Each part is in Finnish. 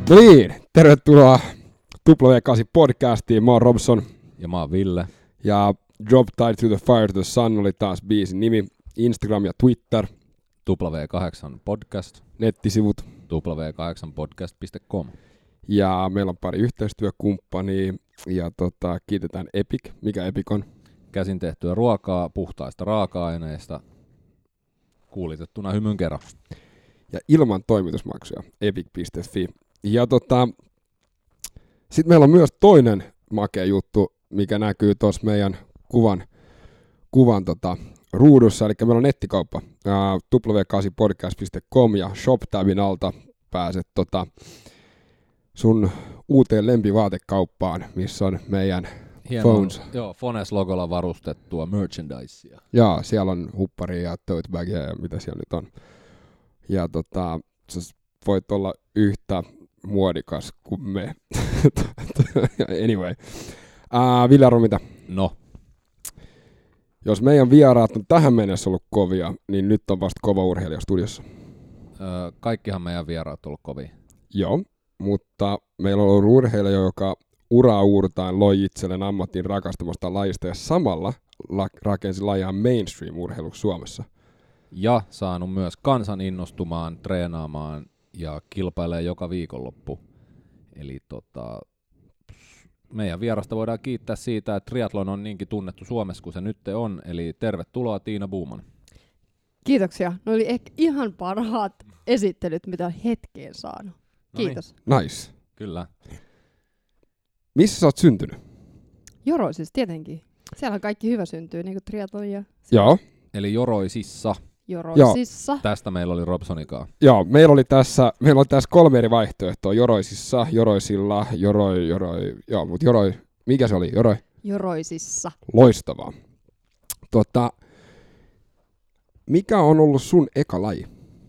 No niin, tervetuloa W8 podcastiin. Mä oon Robson. Ja mä oon Ville. Ja Drop Tide Through the Fire to the Sun oli taas biisin nimi. Instagram ja Twitter. W8 podcast. Nettisivut. W8podcast.com. Ja meillä on pari yhteistyökumppania. Ja kiitetään Epic. Mikä Epic on? Käsin tehtyä ruokaa puhtaista raaka-aineista kuulitettuna hymyn kerran. Ja ilman toimitusmaksuja. Epic.fi. Ja sitten meillä on myös toinen makea juttu, mikä näkyy tuossa meidän kuvan ruudussa. Eli meillä on nettikauppa. w8podcast.com ja shop-tabin alta pääset sun uuteen lempivaatekauppaan, missä on meidän phones. Joo, Fones-logolla varustettua merchandisea. Joo, siellä on hupparia ja tote bagia ja mitä siellä nyt on. Ja sä voit olla yhtä muodikas kuin me. Anyway. Ville, mitä? No. Jos meidän vieraat on tähän mennessä ollut kovia, niin nyt on vasta kova urheilija studiossa. Kaikkihan meidän vieraat on ollut kovia. Joo, mutta meillä on ollut urheilija, joka uraa uurtain loi itselleen ammattiin rakastamasta lajista ja samalla rakensi lajia mainstream-urheiluksi Suomessa. Ja saanut myös kansan innostumaan, treenaamaan ja kilpailee joka viikonloppu. Eli meidän vierasta voidaan kiittää siitä, että triathlon on niinkin tunnettu Suomessa kuin se nyt on. Eli tervetuloa Tiina Buuman. Kiitoksia. Ne oli ehkä ihan parhaat esittelyt, mitä on hetkeen saanut. Kiitos. Nice. Kyllä. Missä sä oot syntynyt? Joroisissa tietenkin. Siellä on kaikki hyvä syntyy, niin kuin triathlonia. Joo. Eli Joroisissa. Joroisissa. Tästä meillä oli Robsonikaan. Joo, meillä on tässä 3 eri vaihtoehtoa. Joroisissa, Joroisilla, mutta Joroi, mikä se oli? Joroisissa. Loistavaa. Mikä on ollut sun eka laji?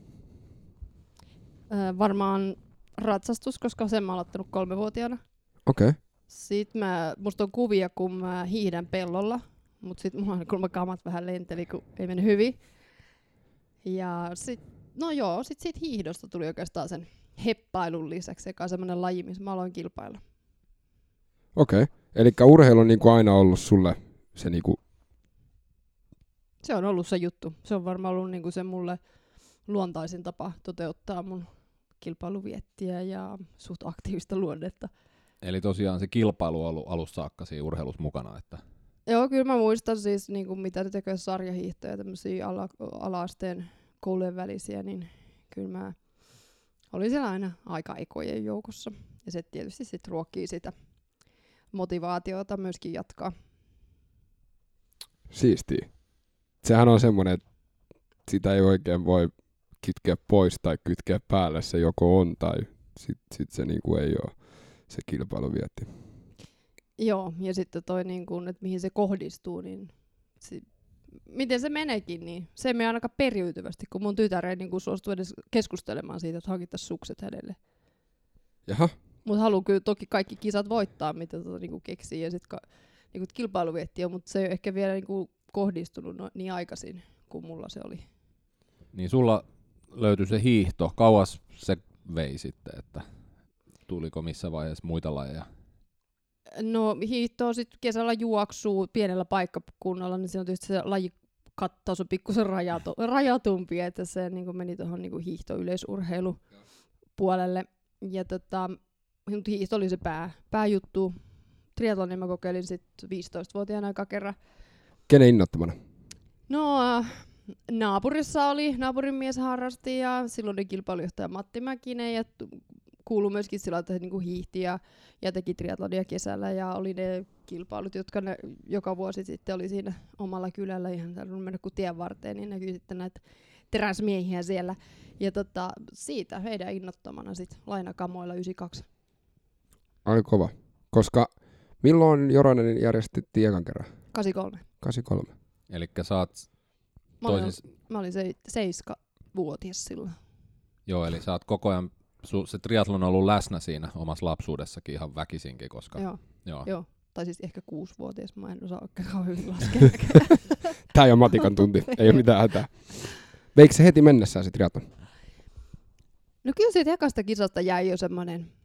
Varmaan ratsastus, koska sen mä oon aloittanut 3-vuotiaana. Okei. Okay. Sitten musta on kuvia, kun mä hiihdän pellolla, mutta sitten mulla on kulma kamat vähän lenteli, kun ei mennyt hyvin. Ja sitten siitä hiihdosta tuli oikeastaan sen heppailun lisäksi, joka on semmoinen laji, missä mä aloin kilpailla. Okei. Okay. Eli urheilu on niinku aina ollut sulle se niinku... Se on ollut se juttu. Se on varmaan ollut niinku se mulle luontaisin tapa toteuttaa mun kilpailuviettiä ja suht aktiivista luonnetta. Eli tosiaan se kilpailu on ollut alussa saakka siinä urheilussa mukana. Että... Joo, kyllä mä muistan siis, niinku, mitä ne tekee sarjahiihtoja, tämmöisiä ala-asteen koulujen välisiä, niin kyllä mä olin siellä aina aika ekojen joukossa. Ja se tietysti sit ruokkii sitä motivaatiota myöskin jatkaa. Siistiä. Sehän on semmoinen, että sitä ei oikein voi kitkeä pois tai kytkeä päälle, se joko on tai sit se niinku ei ole se kilpailuvietti. Joo, ja sitten toi, niin kun, että mihin se kohdistuu, niin miten se meneekin, niin se menee aika periytyvästi, kun mun tytär ei niin suostu edes keskustelemaan siitä, että hankittaisiin sukset hänelle. Jaha. Mutta haluan kyllä toki kaikki kisat voittaa, mitä niin keksii, ja sitten niin kilpailuviettiä, mutta se ei ole ehkä vielä niin kohdistunut niin aikaisin kuin mulla se oli. Niin sulla löytyi se hiihto. Kauas se vei sitten, että tuliko missä vaiheessa muita lajeja? No hiihtoa sitten kesällä juoksuu pienellä paikkakunnalla, niin se on tietysti se lajikattaus on pikkusen rajatumpi, että se niin meni tuohon niin hiihto-yleisurheilupuolelle. Ja hiihto oli se pääjuttu. Triathlonin mä kokeilin sitten 15-vuotiaana aika kerran. Kenen innoittamana? No naapurissa oli, naapurin mies harrasti ja silloin kilpailujohtaja Matti Mäkinen ja kuului myöskin sillä, että niinku hiihti ja teki triathlonia kesällä ja oli ne kilpailut, jotka ne joka vuosi sitten oli siinä omalla kylällä ihan tarvinnut mennä kuin tien varteen, niin näkyy sitten näitä teräsmiehiä siellä. Ja siitä heidän innottamana sitten lainakamoilla 92. Aika kova. Koska milloin Joroinen järjestettiin ekan kerran? 83. Elikkä sä oot Mä olin 7-vuotias silloin. Joo, eli sä oot koko ajan, se triathlon on ollut läsnä siinä omassa lapsuudessakin ihan väkisinkin, koska... Joo. Tai siis ehkä 6-vuotias, mä en osaa oikein hyvin laskea. Tää ei ole matikan tunti, ei ole mitään hätää. Veikö se heti mennessään se triathlon? No kyllä siitä ekasta kisasta jäi jo semmoinen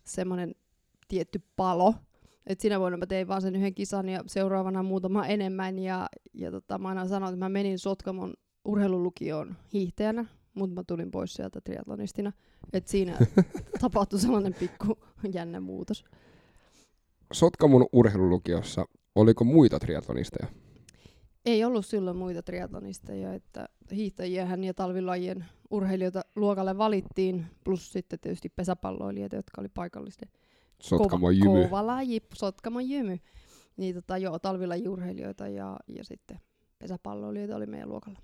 semmoinen tietty palo. Et sinä vuonna mä tein vaan sen yhden kisan ja seuraavana muutama enemmän. Ja mä aina sanoin, että mä menin Sotkamon urheilulukioon hiihtäjänä, mutta mä tulin pois sieltä triatlonistina. Et siinä tapahtui sellainen pikku jännä muutos. Sotkamon urheilulukiossa, oliko muita triatlonisteja? Ei ollut silloin muita triatlonisteja, että hiihtäjiähän ja talvilajien urheilijoita luokalle valittiin, plus sitten tietysti pesäpalloilijoita, jotka oli paikallisten Sotkamon Jymy. kova laji, Sotkamon Jymy. Niin talvilajiurheilijoita ja sitten pesäpalloilijoita oli meidän luokalla.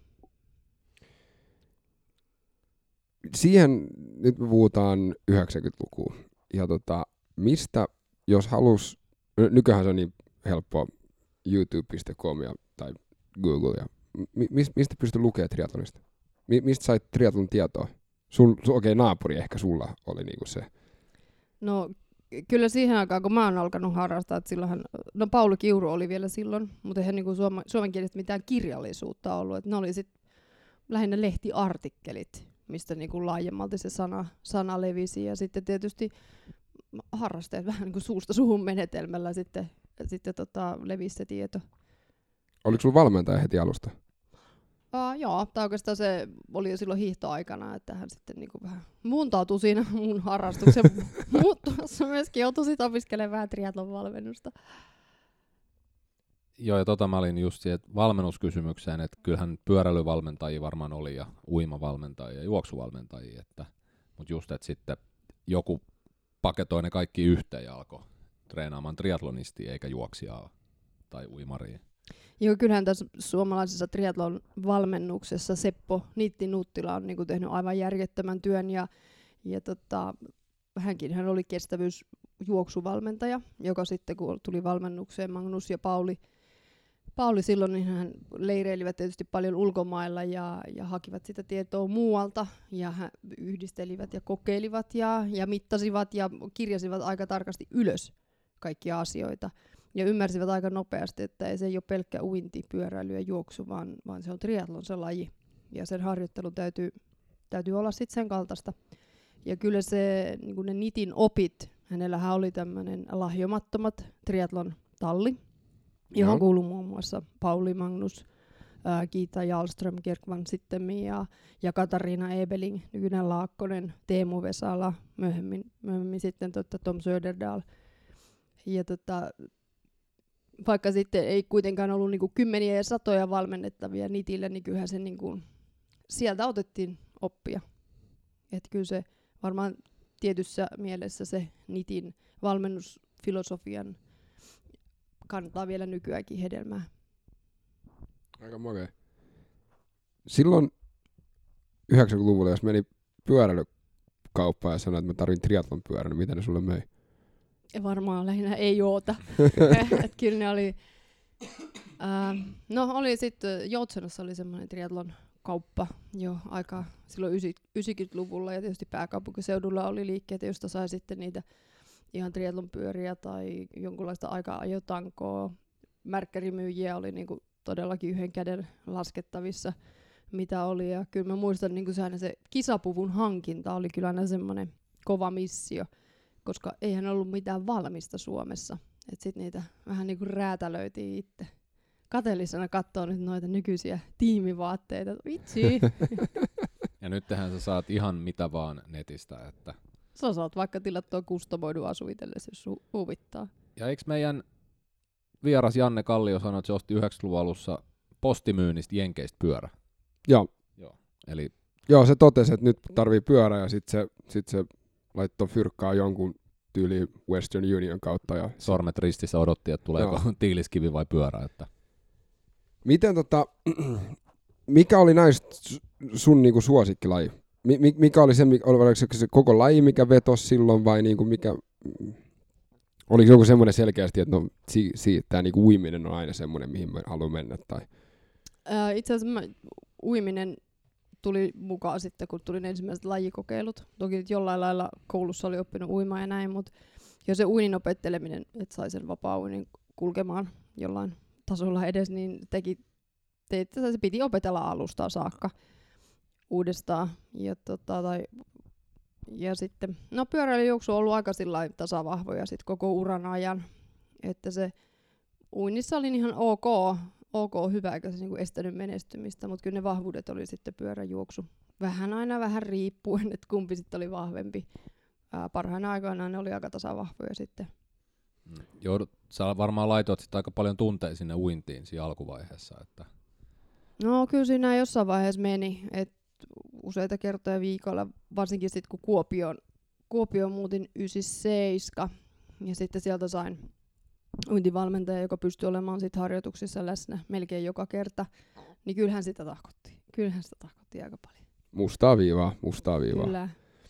Siihen nyt me puhutaan 90-lukua. Ja mistä, jos halus, nykyään se on niin helppoa, youtube.com tai Google, ja mistä pystyy lukemaan triatlonista? Mistä sait triatlon tietoa? Okei, naapuri ehkä sulla oli niinku se. No kyllä siihen aikaan, kun mä oon alkanut harrastaa, että silloinhan, no Pauli Kiuru oli vielä silloin, mutta eihän niinku suomenkielistä mitään kirjallisuutta ollut. Et ne oli sit lähinnä lehtiartikkelit, mistä niinku laajemmalti se sana levisi. Ja sitten tietysti harrasteet vähän niinku suusta suhun menetelmällä sitten levisi se tieto. Oliko sulla valmentaja heti alusta? Joo, tai oikeastaan se oli jo silloin hiihtoaikana, että hän sitten niinku vähän muuntautui siinä mun harrastuksen muuttumassa myöskin. Joutui sitten opiskelemaan vähän triatlon valmennusta. Joo, ja mä olin just siihen valmennuskysymykseen, että kyllähän pyöräilyvalmentajia varmaan oli ja uimavalmentajia ja juoksuvalmentajia, mutta just, että sitten joku paketoi ne kaikki yhteen ja alkoi treenaamaan triatlonistia eikä juoksijaa tai uimaria. Joo, kyllähän tässä suomalaisessa triathlon valmennuksessa Seppo Nitti Nuttila on niinku tehnyt aivan järjettömän työn ja hän oli kestävyysjuoksuvalmentaja, joka sitten kun tuli valmennukseen Magnus ja Pauli silloin, niin hän leireilivät tietysti paljon ulkomailla ja hakivat sitä tietoa muualta ja yhdistelivät ja kokeilivat ja mittasivat ja kirjasivat aika tarkasti ylös kaikkia asioita. Ja ymmärsivät aika nopeasti, että se ei ole pelkkä uinti, pyöräily ja juoksu, vaan se on triathlon se laji. Ja sen harjoittelu täytyy olla sitten sen kaltaista. Ja kyllä se, niin kuin ne Nitin opit, hänellähän oli tämmöinen lahjomattomat triathlon talli, johon kuului muun muassa Pauli Magnus, Kiita Jalström, Kirkvan Sittemmi ja Katariina Ebeling, nykyinen Laakkonen, Teemu Vesala, myöhemmin sitten Tom Söderdahl. Ja vaikka sitten ei kuitenkaan ollut niinku kymmeniä ja satoja valmennettavia Nitille, niin kyllähän se niinku, sieltä otettiin oppia. Että kyllä se varmaan tietyssä mielessä se Nitin valmennusfilosofian kantaa vielä nykyäänkin hedelmää. Aika makea. Silloin 90-luvulla, jos meni pyöräilykauppaan ja sanoi, että mä tarvin triathlon pyörän, niin mitä ne sulle möi? Varmaan lähinnä ei oota. Kyllä ne oli, oli sitten Joutsenossa oli semmoinen triathlon kauppa jo aika silloin 90-luvulla ja tietysti pääkaupunkiseudulla oli liikkeitä, josta sai sitten niitä ihan triathlon pyöriä tai jonkunlaista aika-ajotankoa. Märkkärimyyjiä oli niinku todellakin yhden käden laskettavissa, mitä oli. Ja kyllä mä muistan, niinku se kisapuvun hankinta oli kyllä aina semmoinen kova missio, koska eihän ollut mitään valmista Suomessa. Et sit niitä vähän niinku räätälöitiin itse. Kateellisena katsoo nyt noita nykyisiä tiimivaatteita. Vitsi! Ja nyt sä saat ihan mitä vaan netistä. Että sä saat vaikka tilattua kustomoidun asu itsellesi, jos huvittaa. Ja eikö meidän vieras Janne Kallio sanoi, että se osti 90-luvun alussa postimyynnistä Jenkeistä pyörä? Joo. Eli joo, se totesi, että nyt tarvii pyörä ja sit se laittoi fyrkkaa jonkun tyyli Western Union kautta. Ja sormet ristissä odotti, että tuleeko tiiliskivi vai pyörä. Että miten mikä oli näistä sun niinku suosikkilaji? Mikä oli se, oliko se koko laji, mikä vetosi silloin vai niinku mikä, oliko joku semmoinen selkeästi, että no tämä niinku uiminen on aina semmoinen, mihin mä haluan mennä? Tai? Itse asiassa uiminen tuli mukaan sitten, kun tuli ensimmäiset lajikokeilut. Toki jollain lailla koulussa oli oppinut uimaan ja näin, mutta jo se uinin opetteleminen, että sai sen vapaa-uinin kulkemaan jollain tasolla edes, niin se piti opetella alusta saakka uudestaan. Ja Ja sitten, no pyöräilyjuoksu on ollut aika sillain tasavahvoja sit koko uran ajan. Että se uinnissa oli ihan ok hyvä, eikä se niinku estänyt menestymistä, mutta kyllä ne vahvuudet oli sitten pyöräjuoksu. Vähän riippuen, että kumpi sitten oli vahvempi. Parhaina aikoina ne oli aika tasavahvoja sitten. Sä varmaan laitoit sitten aika paljon tunteja sinne uintiin siinä alkuvaiheessa. Että... No kyllä siinä jossain vaiheessa meni, että useita kertoja viikolla, varsinkin sitten kun Kuopioon muutin 97 ja sitten sieltä sain uintivalmentaja, joka pystyi olemaan sit harjoituksissa läsnä melkein joka kerta, niin kyllähän sitä tahkotti aika paljon. Mustaa viivaa. Kyllä.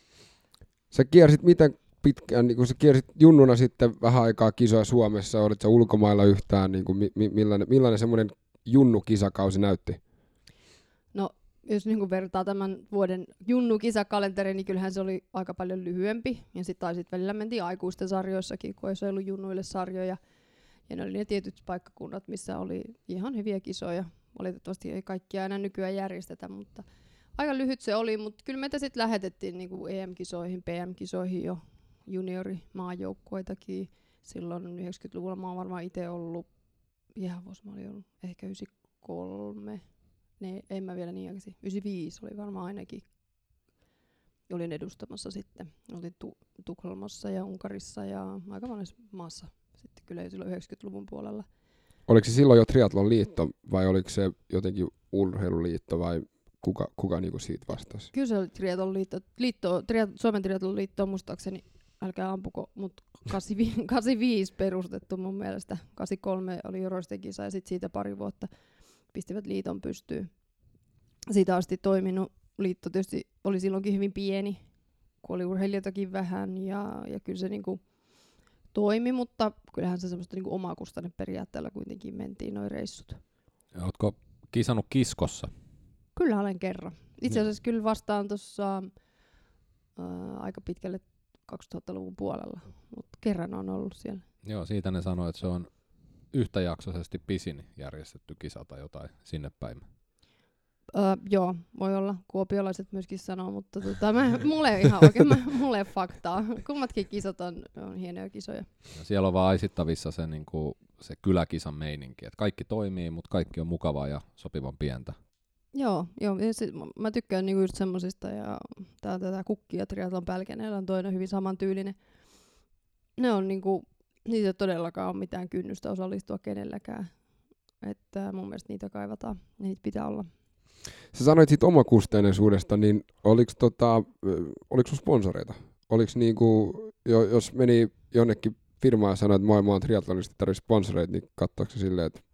Sä kiersit miten pitkään, niin kun sä kiersit junnuna sitten vähän aikaa kisoja Suomessa, olit sä ulkomailla yhtään, niin kuin millainen semmoinen junnukisakausi näytti? No, jos niin vertaa tämän vuoden junnu-kisakalenteri, niin kyllähän se oli aika paljon lyhyempi. Ja sitten välillä mentiin aikuisten sarjoissakin, kun ei ollut junnuille sarjoja. Ja ne oli ne tietyt paikkakunnat, missä oli ihan hyviä kisoja. Valitettavasti ei kaikkia aina nykyään järjestetä, mutta aika lyhyt se oli. Mutta kyllä meitä sitten lähetettiin niin kuin EM-kisoihin, PM-kisoihin jo juniorimaajoukkoitakin. Silloin 90-luvulla mä oon varmaan itse ollut, vuosi mä olin ollut, ehkä 93. En mä vielä niin aikaisin. 95 oli varmaan ainakin. Olin edustamassa sitten. Olin Tukholmassa ja Unkarissa ja aika monessa maassa. Sitten kyllä jo silloin 90-luvun puolella. Oliko se silloin jo triathlon liitto vai oliko se jotenkin urheiluliitto vai kuka niinku siitä vastasi? Kyllä se oli triathlon liitto. Suomen triathlon liitto on muistaakseni, älkää ampuko, mutta 85 perustettu mun mielestä. 83 oli Joroisten kisa ja sitten siitä pari vuotta pistivät liiton pystyyn. Siitä asti toiminut liitto tietysti oli silloinkin hyvin pieni, kun oli urheilijoitakin vähän ja kyllä se niinku toimi, mutta kyllähän se semmoista niinku omakustanne periaatteella kuitenkin mentiin noi reissut. Ootko kisannut kiskossa? Kyllä olen kerran. Itse asiassa kyllä vastaan tuossa aika pitkälle 2000-luvun puolella, mutta kerran on ollut siellä. Joo, siitä ne sanoo, että se on yhtäjaksoisesti pisin järjestetty kisa tai jotain sinne päin. Joo, voi olla. Kuopiolaiset myöskin sanoo, mutta mulle ei faktaa. Kummatkin kisat on hienoja kisoja. Ja siellä on vaan aisittavissa se, se kyläkisan meininki, että kaikki toimii, mutta kaikki on mukavaa ja sopivan pientä. Joo, mä tykkään niinku just semmosista, ja tätä kukki ja triathlon Pälkäneellä on toinen hyvin samantyylinen. Ne on niinku, niitä ei todellakaan ole mitään kynnystä osallistua kenelläkään. Että mun mielestä niitä kaivataan, niitä pitää olla. Sä sanoit siitä omakusteisuudesta, niin oliko sun sponsoreita? Oliko niinku, jos meni jonnekin firmaan ja sanoi, että mä oon triathlonista, tarvitsisi sponsoreita, niin katsoitko silleen, että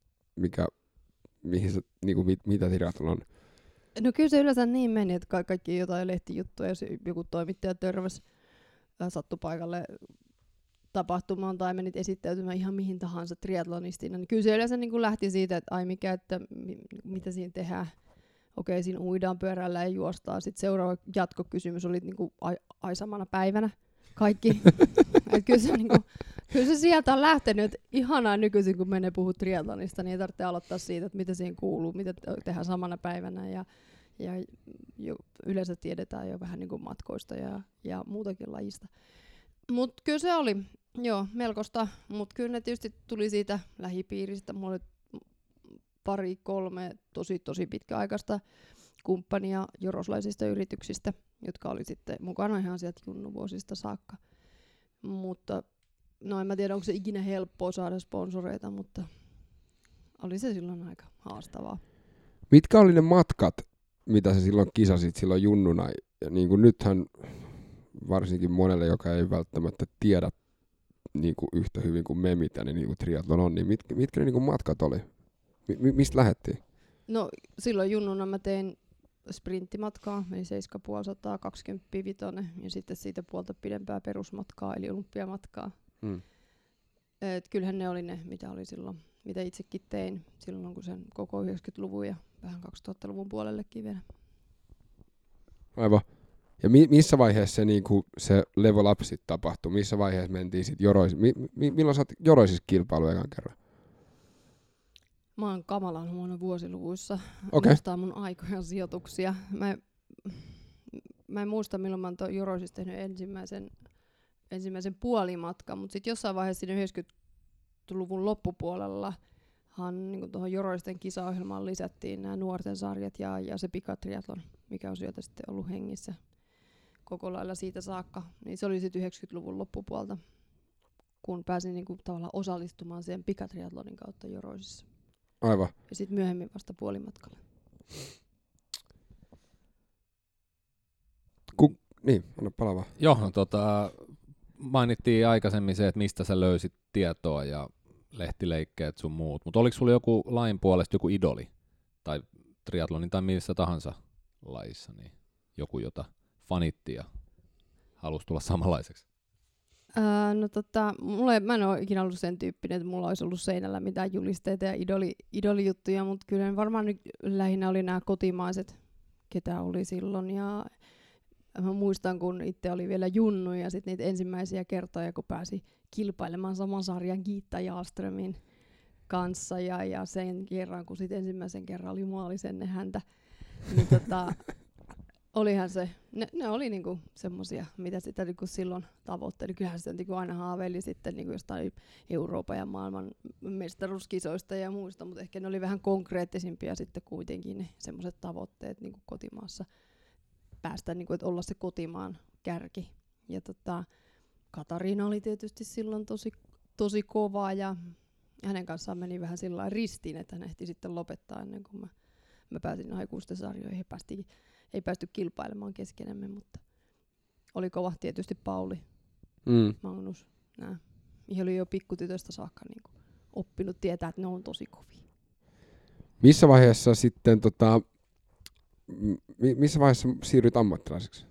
mitä triathlon on? No kyllä se yleensä niin meni, että kaikki jotain lehtijuttuja, jos joku toimittaja törmäsi sattupaikalle tapahtumaan tai menit esittäytymään ihan mihin tahansa triathlonistina, niin kyllä se yleensä niin kuin lähti siitä, että mitä siinä tehdään. Okei, siinä uidaan pyörällä ja juostaan. Sitten seuraava jatkokysymys oli niin kuin samana päivänä kaikki. Kyllä se sieltä on lähtenyt, että ihanaa nykyisin, kun menee puhua triathlonista, niin ei tarvitse aloittaa siitä, että mitä siihen kuuluu, mitä tehdään samana päivänä. Ja yleensä tiedetään jo vähän niin kuin matkoista ja muutakin lajista. Mutta kyllä se oli melkoista, mutta kyllä ne tietysti tuli siitä lähipiiristä. Mulla oli 2-3 tosi pitkäaikaista kumppania joroslaisista yrityksistä, jotka oli sitten mukana ihan sieltä junnuvuosista saakka. Mutta en mä tiedä, onko se ikinä helppoa saada sponsoreita, mutta oli se silloin aika haastavaa. Mitkä oli ne matkat, mitä sä silloin kisasit silloin junnuna? Ja niin kuin nythän varsinkin monelle, joka ei välttämättä tiedä niin kuin yhtä hyvin kuin me, mitä niin kuin triathlon on, niin mitkä ne niin kuin matkat oli? Mistä lähdettiin? No silloin junnuna mä tein sprinttimatkaa, meni 7,5, 25 ja sitten siitä puolta pidempää perusmatkaa, eli olympiamatkaa. Et kyllähän ne oli ne, mitä oli silloin, mitä itsekin tein silloin, kun sen koko 90-luvun ja vähän 2000-luvun puolellekin vielä. Aivan. Ja missä vaiheessa se level up sit tapahtui? Missä vaiheessa mentiin sitten milloin sä oot joroisissa kilpailuja ekan kerran? Mä oon kamalan huono vuosiluvuissa. Okay. Muistaa mun aikoja sijoituksia. mä en muista milloin mä oon Joroisissa tehnyt ensimmäisen puolimatkan, mutta sitten jossain vaiheessa siinä 90-luvun loppupuolellahan niin tuohon Joroisten kisaohjelmaan lisättiin nämä nuorten sarjat ja se pikatriatlon, mikä on sieltä sitten ollut hengissä koko lailla siitä saakka. Niin se oli sitten 90-luvun loppupuolta, kun pääsin niin kuin tavallaan osallistumaan siihen pikatriatlonin kautta Joroisissa. Aivan. Ja sitten myöhemmin vasta puolimatkalla. Niin, anna palaa vaan. Joo, mainittiin aikaisemmin se, että mistä sä löysit tietoa ja lehtileikkeet sun muut, mutta oliko sulla joku lajin puolesta joku idoli tai triatlonin tai missä tahansa lajissa, niin joku, jota fanitti ja halusi tulla samanlaiseksi? Mä en ole ikinä ollut sen tyyppinen, että mulla olisi ollut seinällä mitään julisteita ja idolijuttuja, mutta kyllä varmaan nyt lähinnä oli nämä kotimaiset, ketä oli silloin. Ja mä muistan, kun itse oli vielä junnu ja sitten niitä ensimmäisiä kertoja, kun pääsi kilpailemaan saman sarjan Gitta Jarströmin kanssa ja sen kerran, kun sitten ensimmäisen kerran oli maalissa ennen häntä, niin olihan se, ne oli niinku semmosia, mitä sitä niinku silloin tavoitteli. Kyllähän sitä niinku aina haaveili sitten niinku jostain Euroopan ja maailman mestaruuskisoista ja muista, mutta ehkä ne oli vähän konkreettisimpia sitten kuitenkin ne semmoiset tavoitteet niinku kotimaassa päästä, niinku, että olla se kotimaan kärki. Ja Katariina oli tietysti silloin tosi kova ja hänen kanssaan meni vähän sillä ristiin, että hän ehti sitten lopettaa ennen kuin mä pääsin aikuisten sarjoihin. Ei päästy kilpailemaan keskenämme, mutta oli kova tietysti Pauli, Magnus. Nää. Mihin oli jo pikkutytöstä saakka niin kuin oppinut tietää, että ne on tosi kovia. Missä vaiheessa sitten, missä vaiheessa siirryt ammattilaiseksi?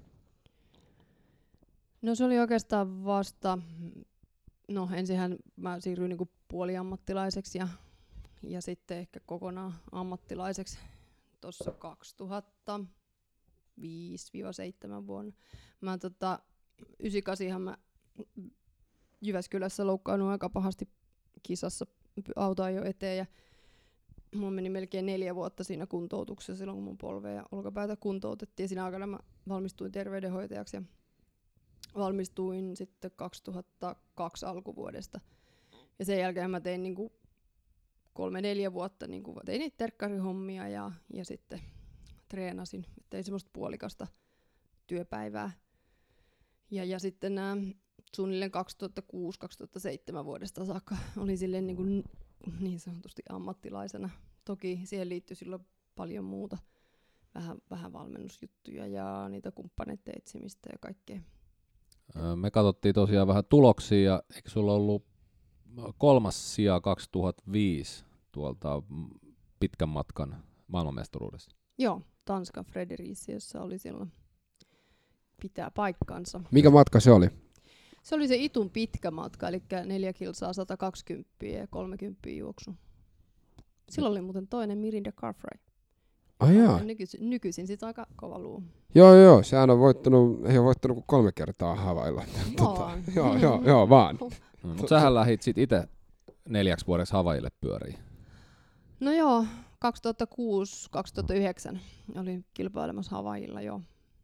No se oli oikeastaan vasta, ensinhän mä siirryin niin kuin puoliammattilaiseksi ja sitten ehkä kokonaan ammattilaiseksi tuossa 2005-2007 vuonna. Mä 98 mä Jyväskylässä loukkaannut aika pahasti kisassa, auto ajoi eteen ja mulla meni melkein 4 vuotta siinä kuntoutuksessa silloin, kun mun polvea ja olkapäätä kuntoutettiin. Siinä aikana mä valmistuin terveydenhoitajaksi ja valmistuin sitten 2002 alkuvuodesta. Ja sen jälkeen mä tein niinku 3-4 vuotta niinku tein niitä terkkarihommia ja sitten treenasin. Tein semmoista puolikasta työpäivää. Ja sitten suunnilleen 2006-2007 vuodesta saakka olin silleen niin sanotusti ammattilaisena. Toki siihen liittyi silloin paljon muuta. Vähän valmennusjuttuja ja niitä kumppaneiden etsimistä ja kaikkea. Me katsottiin tosiaan vähän tuloksia ja eikö sulla ollut 3. sija 2005 tuolta pitkän matkan maailmanmestaruudessa? Joo, Tanskan Fredericiassa oli silloin pitää paikkansa. Mikä matka se oli? Se oli se itun pitkä matka, eli 4 kilsaa, 120 ja 30 juoksu. Silloin oli muuten toinen Mirinda Carfry. Jaa. Nykyisin sit aika kova luu. Joo, sehän on voittanut, ei ole voittanut kuin 3 kertaa Havailla. Joo, vaan. Mutta sähän lähit sit itse 4 vuodeksi Havaille pyöriin. No joo, 2006-2009 olin kilpailemassa Havailla, joo.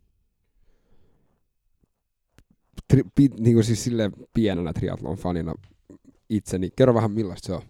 Niin kuin siis silleen pienenä triathlon fanina itseni. Kerro vähän millaista se on.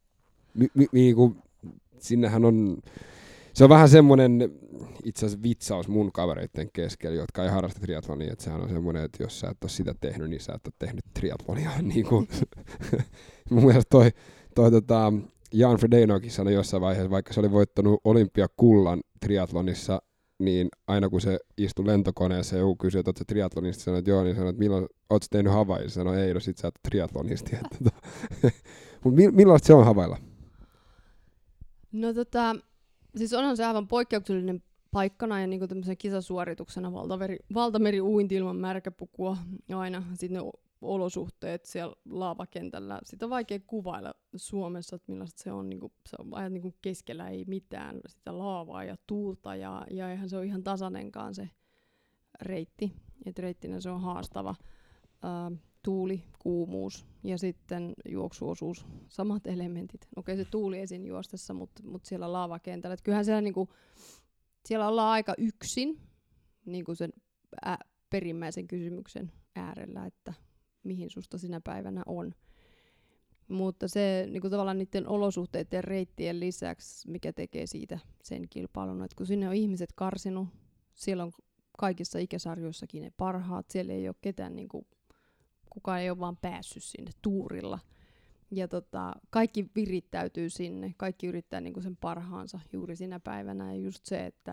Sinnehän on, se on vähän semmoinen itse asiassa vitsaus mun kavereiden keskellä, jotka ei harrasta triathlonia, että sehän on semmoinen, että jos sä et ole sitä tehnyt, niin sä et ole tehnyt triathlonia. Niin kuin mun mielestä toi Jan Frodenokin sanoi jossain vaiheessa, vaikka se oli voittanut olympiakullan triathlonissa, niin aina kun se istui lentokoneessa ja joku kysyi, että ootko sä triathlonista, sanoi, että joo, niin sanoi, että milloin ootko tehnyt Havailla? Sanoi, ei, no sit sä oot triathlonisti. Mutta millaista se on Havailla? No siis onhan se aivan poikkeuksellinen paikkana ja niinku tämmöisen kisasuorituksena valtameri uinti ilman märkäpukua aina. Sitten ne olosuhteet siellä laavakentällä. Sitä on vaikea kuvailla Suomessa, että millaista se on. Se on ajat niinku keskellä ei mitään sitä laavaa ja tuulta ja eihän se ole ihan tasainenkaan se reitti. Et reittinä se on haastava. Tuuli, kuumuus ja sitten juoksuosuus, samat elementit. Okei, se tuuli esiin juostessa, mutta siellä laavakentällä. Et kyllähän siellä, siellä ollaan aika yksin sen perimmäisen kysymyksen äärellä, että mihin susta sinä päivänä on. Mutta se niin kuin tavallaan niiden olosuhteiden ja reittien lisäksi, mikä tekee siitä sen kilpailun, että kun sinne on ihmiset karsinut, siellä on kaikissa ikäsarjoissakin ne parhaat, siellä ei ole ketään, niin kuin, kukaan ei ole vaan päässyt sinne tuurilla. Ja kaikki virittäytyy sinne, kaikki yrittää niin kuin sen parhaansa juuri sinä päivänä. Ja just se, että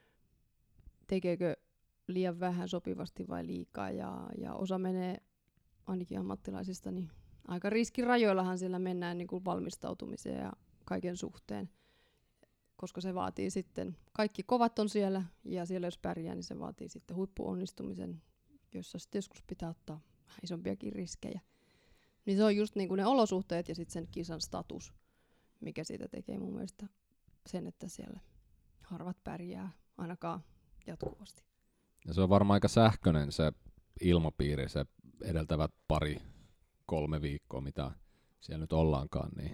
tekeekö liian vähän sopivasti vai liikaa. Ja osa menee, ainakin ammattilaisista, niin aika riskirajoillahan siellä mennään niin kuin valmistautumiseen ja kaiken suhteen. Koska se vaatii sitten, kaikki kovat on siellä ja siellä jos pärjää, niin se vaatii sitten huippuonnistumisen, jossa sitten joskus pitää ottaa isompiakin riskejä. Niin se on just niin kuin ne olosuhteet ja sitten sen kisan status, mikä siitä tekee mun mielestä sen, että siellä harvat pärjää ainakaan jatkuvasti. Ja se on varmaan aika sähköinen se ilmapiiri, se edeltävät 2-3 viikkoa, mitä siellä nyt ollaankaan. Niin.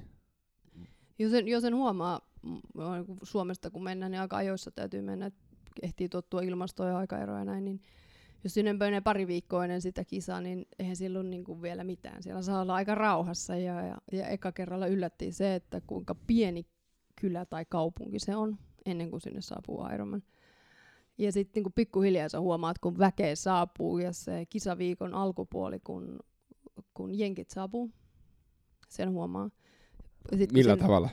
Jo sen huomaa, Suomesta kun mennään, niin aika ajoissa täytyy mennä, että ehtii tottua ilmastoon ja aikaeroja ja näin, niin jos sinne menee 2 viikkoa ennen sitä kisaa, niin eihän silloin niin kuin vielä mitään. Siellä saa olla aika rauhassa ja eka kerralla yllättiin se, että kuinka pieni kylä tai kaupunki se on ennen kuin sinne saapuu Ironman. Ja sitten niin pikkuhiljaa sä huomaat, kun väkeä saapuu ja se kisaviikon alkupuoli, kun jenkit saapuu, sen huomaa. Millä tavalla?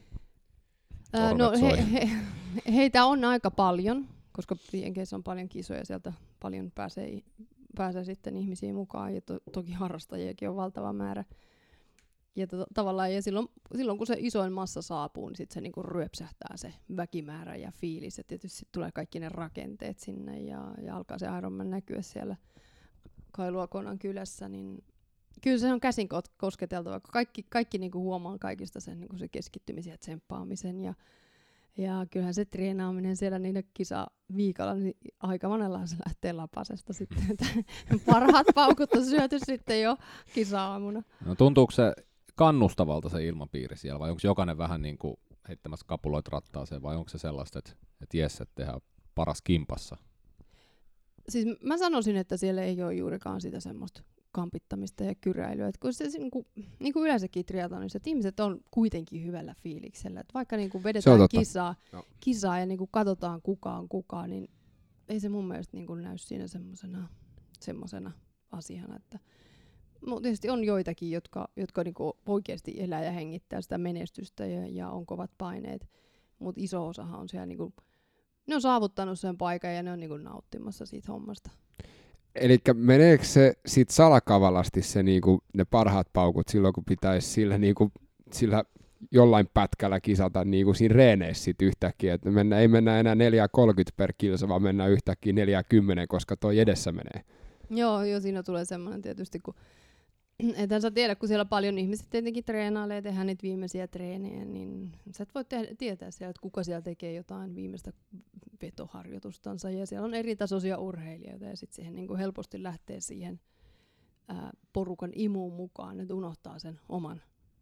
No heitä on aika paljon, koska jenkeissä on paljon kisoja, sieltä paljon pääsee sitten ihmisiä mukaan ja toki harrastajiakin on valtava määrä. Ja tavallaan ja silloin kun se isoin massa saapuu, niin sitten se niinku ryöpsähtää se väkimäärä ja fiilis. Ja tietysti tulee kaikki ne rakenteet sinne ja alkaa se Ironman näkyä siellä Kailuakonan kylässä. Niin kyllä se on käsin kosketeltava. Kaikki niinku huomaa kaikista sen niinku se keskittymisen ja tsemppaamisen. Ja kyllähän se treenaaminen siellä niiden kisaviikolla, niin aika monella se lähtee lapasesta sitten. Että parhaat paukut on syöty sitten jo kisa-aamuna. No tuntuuko se kannustavalta se ilmapiiri siellä, vai onko jokainen vähän niin kuin heittämässä kapuloita rattaaseen, vai onko se sellaista, että jes, että tehdään paras kimpassa? Siis mä sanoisin, että siellä ei ole juurikaan sitä semmoista kampittamista ja kyräilyä. Että kun se niin kuin yleensäkin triathlonissa, että ihmiset on kuitenkin hyvällä fiiliksellä. Että vaikka niin kuin vedetään kisaa ja niin kuin katsotaan kukaan, niin ei se mun mielestä niin kuin näy siinä semmoisena asiana. Että tietysti on joitakin, jotka niin kuin oikeasti elää ja hengittää sitä menestystä ja on kovat paineet. Mutta iso osahan on siellä, niin kuin, ne on saavuttanut sen paikan ja ne on niin kuin nauttimassa siitä hommasta. Eli meneekö se sit salakavalasti se niinku, ne parhaat paukut silloin, kun pitäisi sillä jollain pätkällä kisata niinku siinä reeneissä sit yhtäkkiä, että ei mennä enää 4.30 per kilsa, vaan mennään yhtäkkiä 4.10, koska toi edessä menee. Joo, siinä tulee semmoinen tietysti, kun ethän sä tiedä, kun siellä paljon ihmiset tietenkin treenailee, tehdään niitä viimeisiä treenejä, niin sä et voi tietää siellä, että kuka siellä tekee jotain viimeistä vetoharjoitustansa, ja siellä on eri tasoisia urheilijoita, ja sitten siihen niin kuin helposti lähtee siihen porukan imuun mukaan, että unohtaa sen oman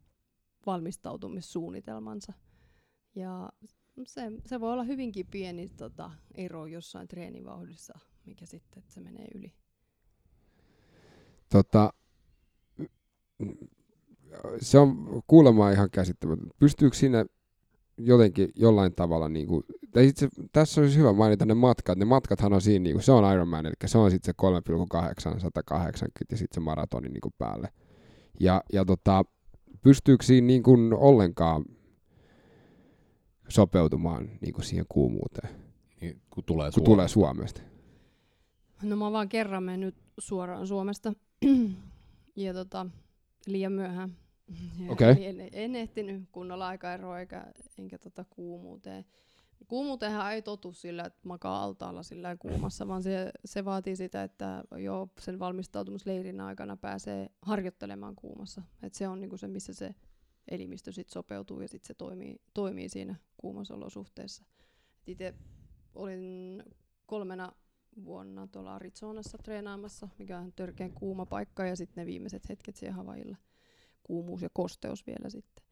valmistautumissuunnitelmansa. Ja se voi olla hyvinkin pieni ero jossain treenivauhdissa, mikä sitten, että se menee yli. Se on kuulemma ihan käsittämätöntä. Pystyykö siinä jotenkin jollain tavalla, tässä olisi hyvä mainita ne matkat. Ne matkathan on siinä, se on Ironman, eli se on sitten se 3,8, 180 ja sitten se maratoni päälle. Ja pystyykö siinä ollenkaan sopeutumaan siihen kuumuuteen, niin, kun tulee Suomesta? No mä oon vaan kerran mennyt suoraan Suomesta ja liian myöhään. Okay. En ehtinyt kunnolla aikaeroa enkä kuumuuteen. Kuumuuteenhan ei totu sillä, että makaa altaalla sillä kuumassa, vaan se vaatii sitä, että jo sen valmistautumisleirin aikana pääsee harjoittelemaan kuumassa. Et se on niinku se, missä se elimistö sit sopeutuu ja sit se toimii siinä kuumassa olosuhteessa. Itse olin 3 vuonna tuolla Arizonassa treenaamassa, mikä on törkeän kuuma paikka, ja sitten ne viimeiset hetket siellä Havaijilla. Kuumuus ja kosteus vielä sitten.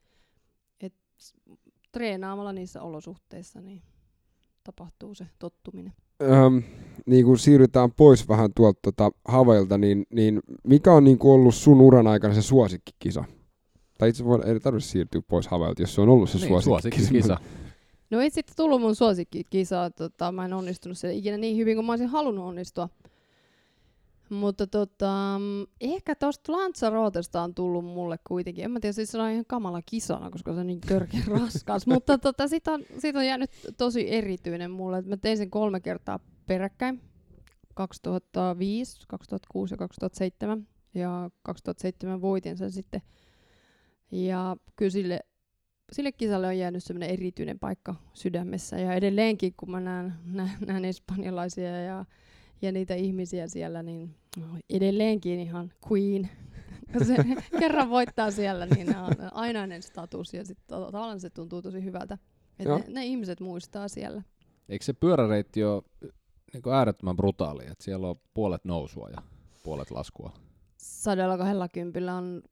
Treenaamalla niissä olosuhteissa niin tapahtuu se tottuminen. niin kun siirrytään pois vähän tuolta Havailta, niin mikä on niin kun ollut sun uran aikana se suosikkikisa? Tai itse ei tarvitse siirtyä pois Havailta, jos se on ollut se suosikkikisa. No ei sitten tullut mun suosikkikisa. Mä en onnistunut siellä ikinä niin hyvin kuin mä olisin halunnut onnistua. Mutta ehkä tosta Lanzarotesta on tullut mulle kuitenkin. En mä tiedä, siis se on ihan kamala kisana, koska se on niin törkeä raskas. Mutta siitä on jäänyt tosi erityinen mulle. Mä tein sen 3 kertaa peräkkäin. 2005, 2006 ja 2007. Ja 2007 voitin sen sitten. Ja kyllä sille kisalle on jäänyt semmoinen erityinen paikka sydämessä. Ja edelleenkin, kun mä näen espanjalaisia ja niitä ihmisiä siellä, niin edelleenkin ihan queen. Kun se kerran voittaa siellä, niin on ainainen status ja sitten tavallaan se tuntuu tosi hyvältä, että ne ihmiset muistaa siellä. Eikö se pyöräreitti ole niin äärettömän brutaali, että siellä on puolet nousua ja puolet laskua? 120 on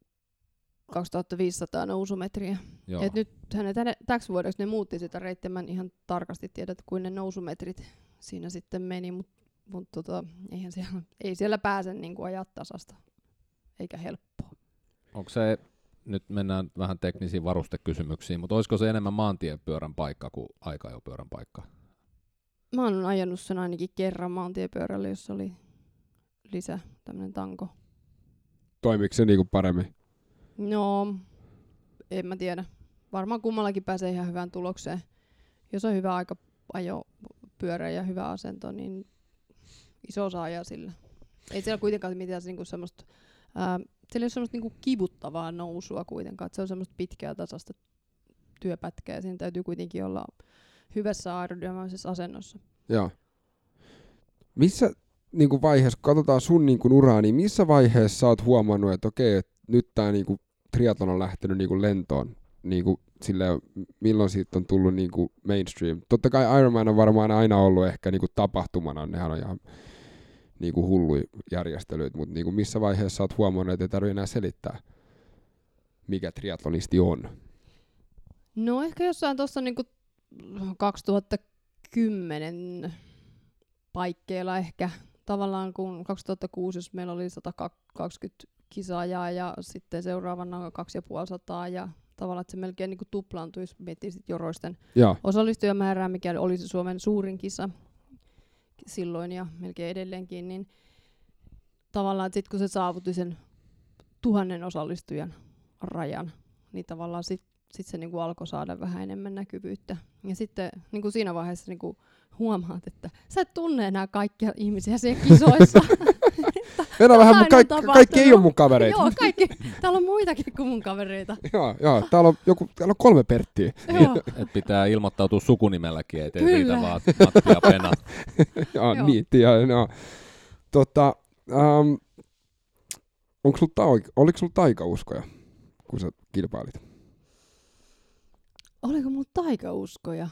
2500 nousumetriä. Et nyt täksi vuodeksi ne muutti sitä reittiä. Mä en ihan tarkasti tiedä, kuin ne nousumetrit siinä sitten meni, mutta ei siellä pääse niin kuin ajaa tasasta, eikä helppoa. Onko se, nyt mennään vähän teknisiin varustekysymyksiin, mutta olisiko se enemmän maantiepyörän paikka kuin aika-ajopyörän paikka? Mä oon ajanut sen ainakin kerran maantiepyörällä, jossa oli tämmönen tanko. Toimiiko se niinku paremmin? No, en mä tiedä. Varmaan kummallakin pääsee ihan hyvään tulokseen. Jos on hyvä aika ajopyörä ja hyvä asento, niin iso osa ajaa sillä. Ei siellä kuitenkaan mitään niinku semmoista, siellä ei ole semmoista niinku kivuttavaa nousua kuitenkaan. Et se on semmoista pitkää tasaista työpätkää ja siinä täytyy kuitenkin olla hyvässä aerodynamisessa asennossa. Joo. Missä niinku vaiheessa, kun katsotaan sun niinku uraa, niin missä vaiheessa sä oot huomannut, että okei, että nyt tää niinku triathlon on lähtenyt niinku lentoon? Niinku silleen, milloin siitä on tullut niinku mainstream? Totta kai Ironman on varmaan aina ollut ehkä niinku tapahtumana, nehän on ihan niinku hulluja järjestelyitä, mutta niinku missä vaiheessa sä oot huomannut, että ei tarvitse enää selittää, mikä triathlonisti on? No ehkä jossain tuossa niinku 2010 paikkeilla ehkä. Tavallaan kun 2006, jos meillä oli 120 kisaajaa ja sitten seuraavana 250 ja tavallaan, että se melkein niin kuin tuplaantuisi, miettii sitten joroisten osallistujamäärää, mikä oli se Suomen suurin kisa silloin ja melkein edelleenkin, niin tavallaan, että sitten kun se saavutti sen 1000 osallistujan rajan, niin tavallaan sitten se niinku alkoi saada vähän enemmän näkyvyyttä. Ja sitten niinku siinä vaiheessa niinku huomaat, että sä et tunne enää kaikkia ihmisiä siellä kisoissa. Enää vähän kaikki ei ole mun kavereita. Joo, kaikki. Täällä on muitakin kuin mun kavereita. Joo, täällä on 3 Perttiä. Et pitää ilmoittautua sukunimelläkin, ettei riitä vaan Matti ja Pena. Joo, niin, no. Oliko sulla taikauskoja, kun sä kilpailit? Oliko mulla taikauskoja?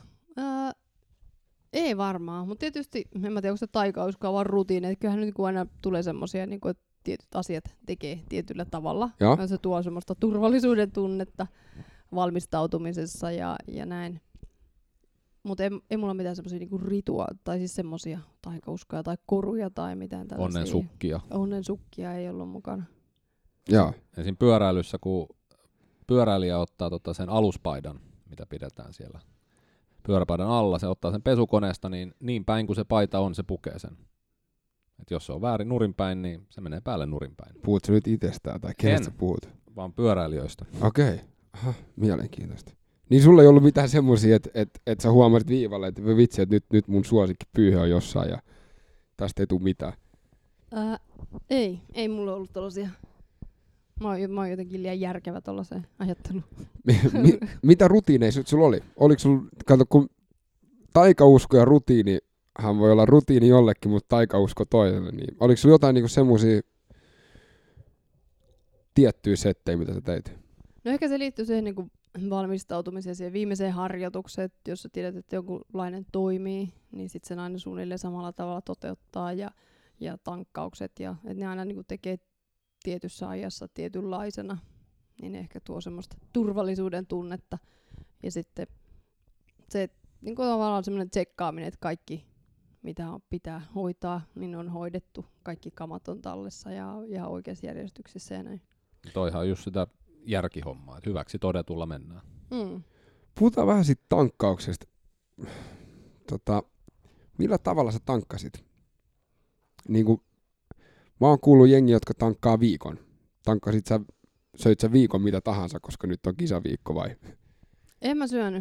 Ei varmaan, mutta tietysti, en mä tiedä, onko se taikauskoa vaan rutiini. Kyllähän nyt aina tulee semmoisia, niin että tietyt asiat tekee tietyllä tavalla. Se tuo semmoista turvallisuuden tunnetta valmistautumisessa ja näin. Mutta ei mulla mitään semmoisia niinku tai siis semmoisia taikauskoja tai koruja tai mitään tällaisia. Onnensukkia ei ollut mukana. Joo. Esim. Pyöräilyssä, kun pyöräilijä ottaa sen aluspaidan, mitä pidetään siellä pyöräpaidan alla, se ottaa sen pesukoneesta, niin päin kuin se paita on, se pukee sen. Et jos se on väärin nurinpäin, niin se menee päälle nurinpäin. Puhut sä nyt itsestään tai kenestä sä puhut? Vaan pyöräilijöistä. Okei. Aha, mielenkiintoista. Niin sulla ei ollut mitään semmosia, että sä huomasit viivalle, että vitsi, että nyt mun suosikki pyyhe on jossain ja tästä ei tule mitään. Ei mulla ollut tollasia. Mä oon jotenkin liian järkevä tollaiseen ajatteluun. Mitä rutiineja sulla oli? Oliko sulla, kato, kun taikausko ja rutiinihan voi olla rutiini jollekin, mutta taikausko toiselle, niin oliko sulla jotain niinku semmosia tiettyjä settejä, mitä sä teit? No ehkä se liittyy siihen niinku valmistautumiseen, siihen viimeiseen harjoitukseen, että jos sä tiedät, että jonkunlainen toimii, niin sit sen aina suunnilleen samalla tavalla toteuttaa ja tankkaukset ja että ne aina niinku tekee tietyssä ajassa tietynlaisena, niin ehkä tuo semmoista turvallisuuden tunnetta. Ja sitten se niin kuin tavallaan semmoinen tsekkaaminen, että kaikki mitä pitää hoitaa, niin on hoidettu. Kaikki kamat on tallessa ja oikeassa järjestyksessä ja näin. Toihan on just sitä järkihommaa, että hyväksi todetulla mennään. Puhutaan vähän siitä tankkauksesta. Millä tavalla sä tankkasit? Niinku, mä oon kuullut jengi, jotka tankkaa viikon. Söit sä viikon mitä tahansa, koska nyt on kisaviikko vai? En mä syönyt.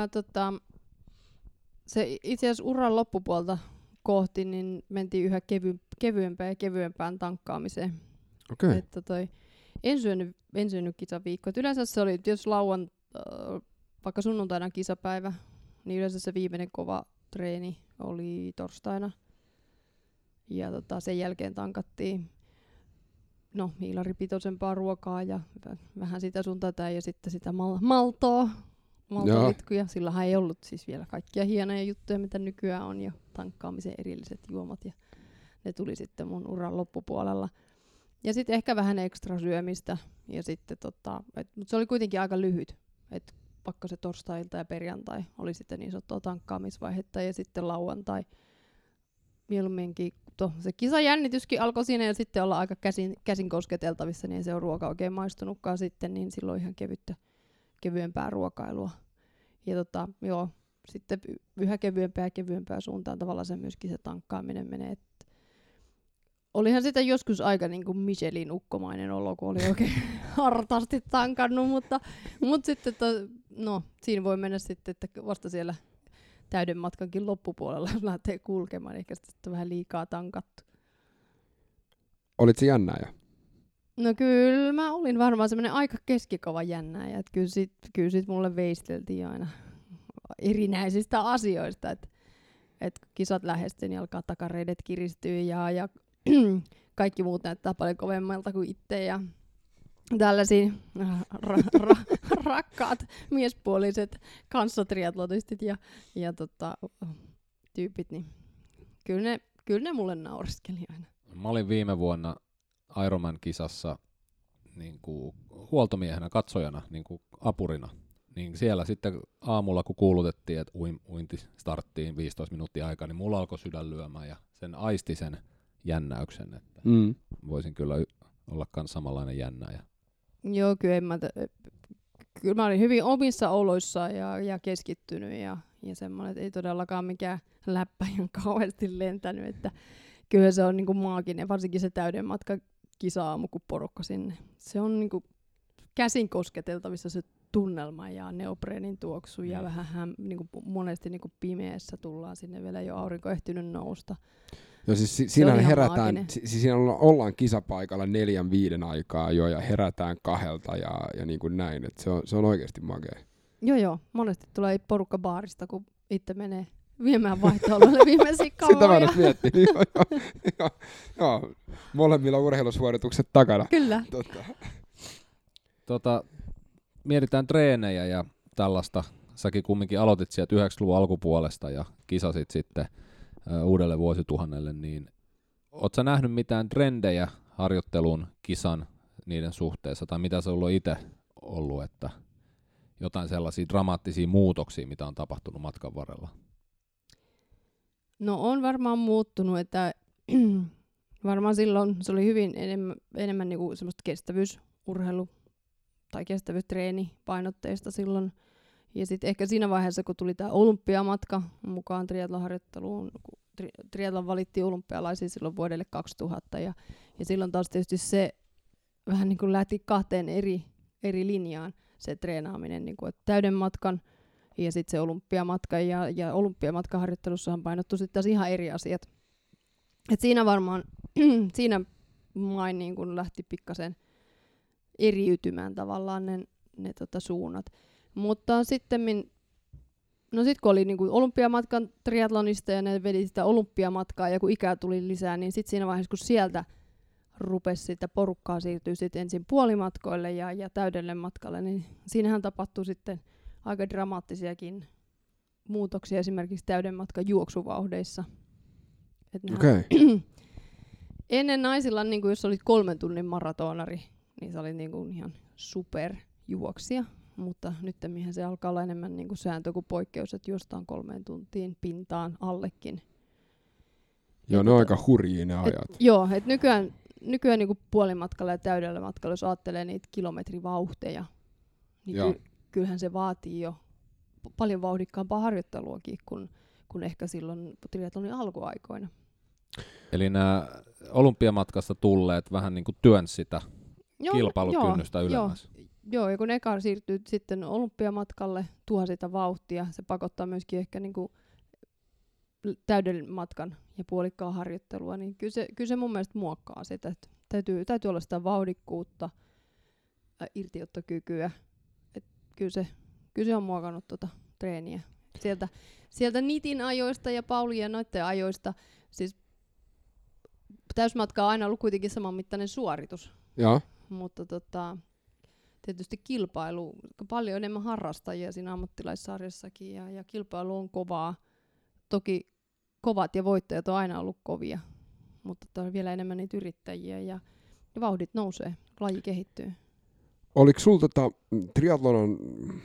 Se itse asiassa uran loppupuolta kohti, niin mentiin yhä kevyempään ja kevyempään tankkaamiseen. Okei. Että en syönyt kisaviikkoa. Yleensä se oli, jos vaikka sunnuntaina kisapäivä, niin yleensä se viimeinen kova treeni oli torstaina. Ja sen jälkeen tankattiin hiilaripitoisempaa ruokaa ja vähän sitä sun tätä ja sitten sitä maltolitkuja. Sillähän ei ollut siis vielä kaikkia hienoja juttuja, mitä nykyään on jo tankkaamisen erilliset juomat ja ne tuli sitten mun uran loppupuolella. Ja sitten ehkä vähän ekstra syömistä ja sitten mutta se oli kuitenkin aika lyhyt. Et vaikka se torstai-ilta ja perjantai oli sitten niin sanottua tankkaamisvaihetta ja sitten lauantai mieluumminkin se kisajännityskin alkoi siinä ja sitten olla aika käsin kosketeltavissa, niin se on ruoka oikein maistunutkaan sitten, niin silloin ihan kevyempää ruokailua. Ja sitten yhä kevyempää suuntaan tavallaan se myöskin se tankkaaminen menee. Olihan sitä joskus aika niin kuin Michelin ukkomainen olo, kun oli oikein hartaasti tankannut, mutta sitten siinä voi mennä sitten, että vasta siellä täyden matkankin loppupuolella lähtee kulkemaan, niin ehkä sitten vähän liikaa tankattu. Olit se jännääjä? No kyllä mä olin varmaan semmoinen aika keskikova jännääjä, että kyllä sit mulle veisteltiin aina erinäisistä asioista, että kun kisat lähestyy, niin alkaa takareidet kiristyä ja kaikki muut näyttää paljon kovemmalta kuin itse ja tällaisia rakkaat miespuoliset kanssatriatlotistit ja tyypit, niin kyllä ne mulle naureskeli aina. Mä olin viime vuonna Ironman-kisassa niin kuin huoltomiehenä, katsojana, niin kuin apurina. Niin siellä sitten aamulla, kun kuulutettiin, että uinti starttiin 15 minuuttia aikaa, niin mulla alkoi sydän lyömään ja sen aisti sen jännäyksen, että voisin kyllä olla myös samanlainen jännäjä. Joo, kyllä mä olin hyvin omissa oloissa ja keskittynyt ja semmoinen, että ei todellakaan mikään läppä ihan kauheasti lentänyt, että kyllä se on niinku maaginen, varsinkin se täyden matka kisa-aamu, kun porukka sinne. Se on niinku käsin kosketeltavissa se tunnelma ja neopreenin tuoksu ja vähän niinku monesti niinku pimeässä tullaan sinne vielä jo aurinko ehtinyt nousta. Joo, siis siinä herätään, siinä ollaan kisapaikalla 4-5 aikaa jo ja herätään 2 ja niin kuin näin, että se on oikeasti makea. Joo, monesti tulee porukka baarista, kun itse menee viemään vaihtoalueelle viimeisiä kauan. Sitä mä en ole miettinyt, joo. Molemmilla urheilusuoritukset takana. Kyllä. Mietitään treenejä ja tällaista. Säkin kumminkin aloitit sieltä 90-luvun alkupuolesta ja kisasit sitten uudelle vuosituhannelle, niin ootko sä nähnyt mitään trendejä harjoittelun, kisan, niiden suhteessa, tai mitä se on itse ollut, että jotain sellaisia dramaattisia muutoksia, mitä on tapahtunut matkan varrella? No on varmaan muuttunut, että varmaan silloin se oli hyvin enemmän niinku semmoista kestävyysurheilu tai kestävyystreeni painotteista silloin. Ja sitten ehkä siinä vaiheessa, kun tuli tämä olympiamatka mukaan triathlon-harjoitteluun, kun triathlon valittiin olympialaisiin silloin vuodelle 2000. Ja silloin taas tietysti se vähän niin kuin lähti 2 eri linjaan se treenaaminen, niin kuin, että täyden matkan ja sitten se olympiamatka. Ja olympiamatkaharjoittelussahan painottui sitten taas ihan eri asiat. Et siinä varmaan, siinä main niin kuin lähti pikkasen eriytymään tavallaan ne suunnat. Mutta sitten kun oli niinku olympiamatkan triathlonista ja ne vedi sitä olympiamatkaa ja kun ikää tuli lisää, niin sitten siinä vaiheessa, kun sieltä rupesi sitä porukkaa siirtyä sitten ensin puolimatkoille ja täydelle matkalle, niin siinähän tapahtui sitten aika dramaattisiakin muutoksia esimerkiksi täyden matkan juoksuvauhdeissa. Okay. Ennen naisilla, niin jos olit 3 tunnin maratonari, niin se oli niin ihan superjuoksija. Mutta nyttemminhän se alkaa olla enemmän niin kuin sääntö kuin poikkeus, että juostaan 3 tuntiin pintaan allekin Joo, ne on aika hurjia ne ajat. Joo, että nykyään niinku puolimatkalla ja täydellä matkalla, jos ajattelee niitä kilometrivauhteja, niin kyllähän se vaatii jo paljon vauhdikkaampaa harjoitteluakin kuin ehkä silloin triathlonin alkuaikoina. Eli nämä olympiamatkasta tulleet vähän niin kuin työnsi sitä kilpailukynnystä ylemmäs. Joo, ja kun eka siirtyy sitten olympiamatkalle, tuo sitä vauhtia, se pakottaa myöskin ehkä niinku täydellinen matkan ja puolikkaan harjoittelua, niin kyllä se mun mielestä muokkaa sitä, että täytyy olla sitä vauhdikkuutta, irtiottokykyä, että kyllä se on muokannut treeniä. Sieltä Nitin ajoista ja Paulin ja noitten ajoista, siis täysmatka on aina ollut kuitenkin samanmittainen suoritus. Ja. Mutta tietysti kilpailu, paljon enemmän harrastajia siinä ammattilaissarjassakin ja kilpailu on kovaa. Toki kovat ja voittajat on aina ollut kovia, mutta on vielä enemmän niitä yrittäjiä ja vauhdit nousee, laji kehittyy. Oliko sulla triathlon on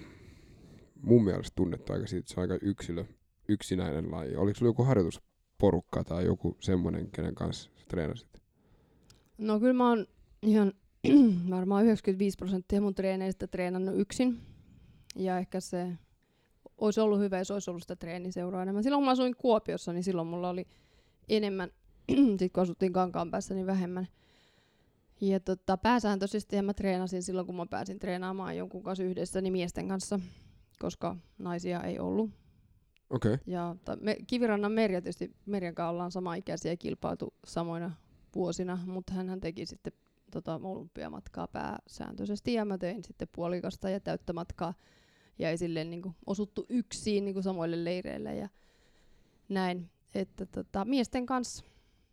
mun mielestä tunnettu aika siitä, että se on aika yksinäinen laji. Oliko sulla joku harjoitusporukka tai joku semmoinen, kenen kanssa treenasit? No kyllä mä oon ihan varmaan 95% mun treeneistä treenannut yksin. Ja ehkä se olisi ollut hyvä, jos olisi ollut sitä treeniseuraa enemmän. Silloin kun mä asuin Kuopiossa, niin silloin mulla oli enemmän, sitten kun asuttiin Kankaanpäässä, niin vähemmän. Ja pääsääntöisesti mä treenasin silloin, kun mä pääsin treenaamaan jonkun kanssa yhdessä, niin miesten kanssa, koska naisia ei ollut. Okay. Ja Kivirannan Merja tietysti, Merjan kanssa ollaan samaikäisiä ja kilpailtu samoina vuosina, mutta hän teki sitten olympiamatkaa pääsääntöisesti ja mä tein sitten puolikasta ja täyttä matkaa ja ei silleen niinku osuttu yksin niinku samoille leireille ja näin, että miesten kanssa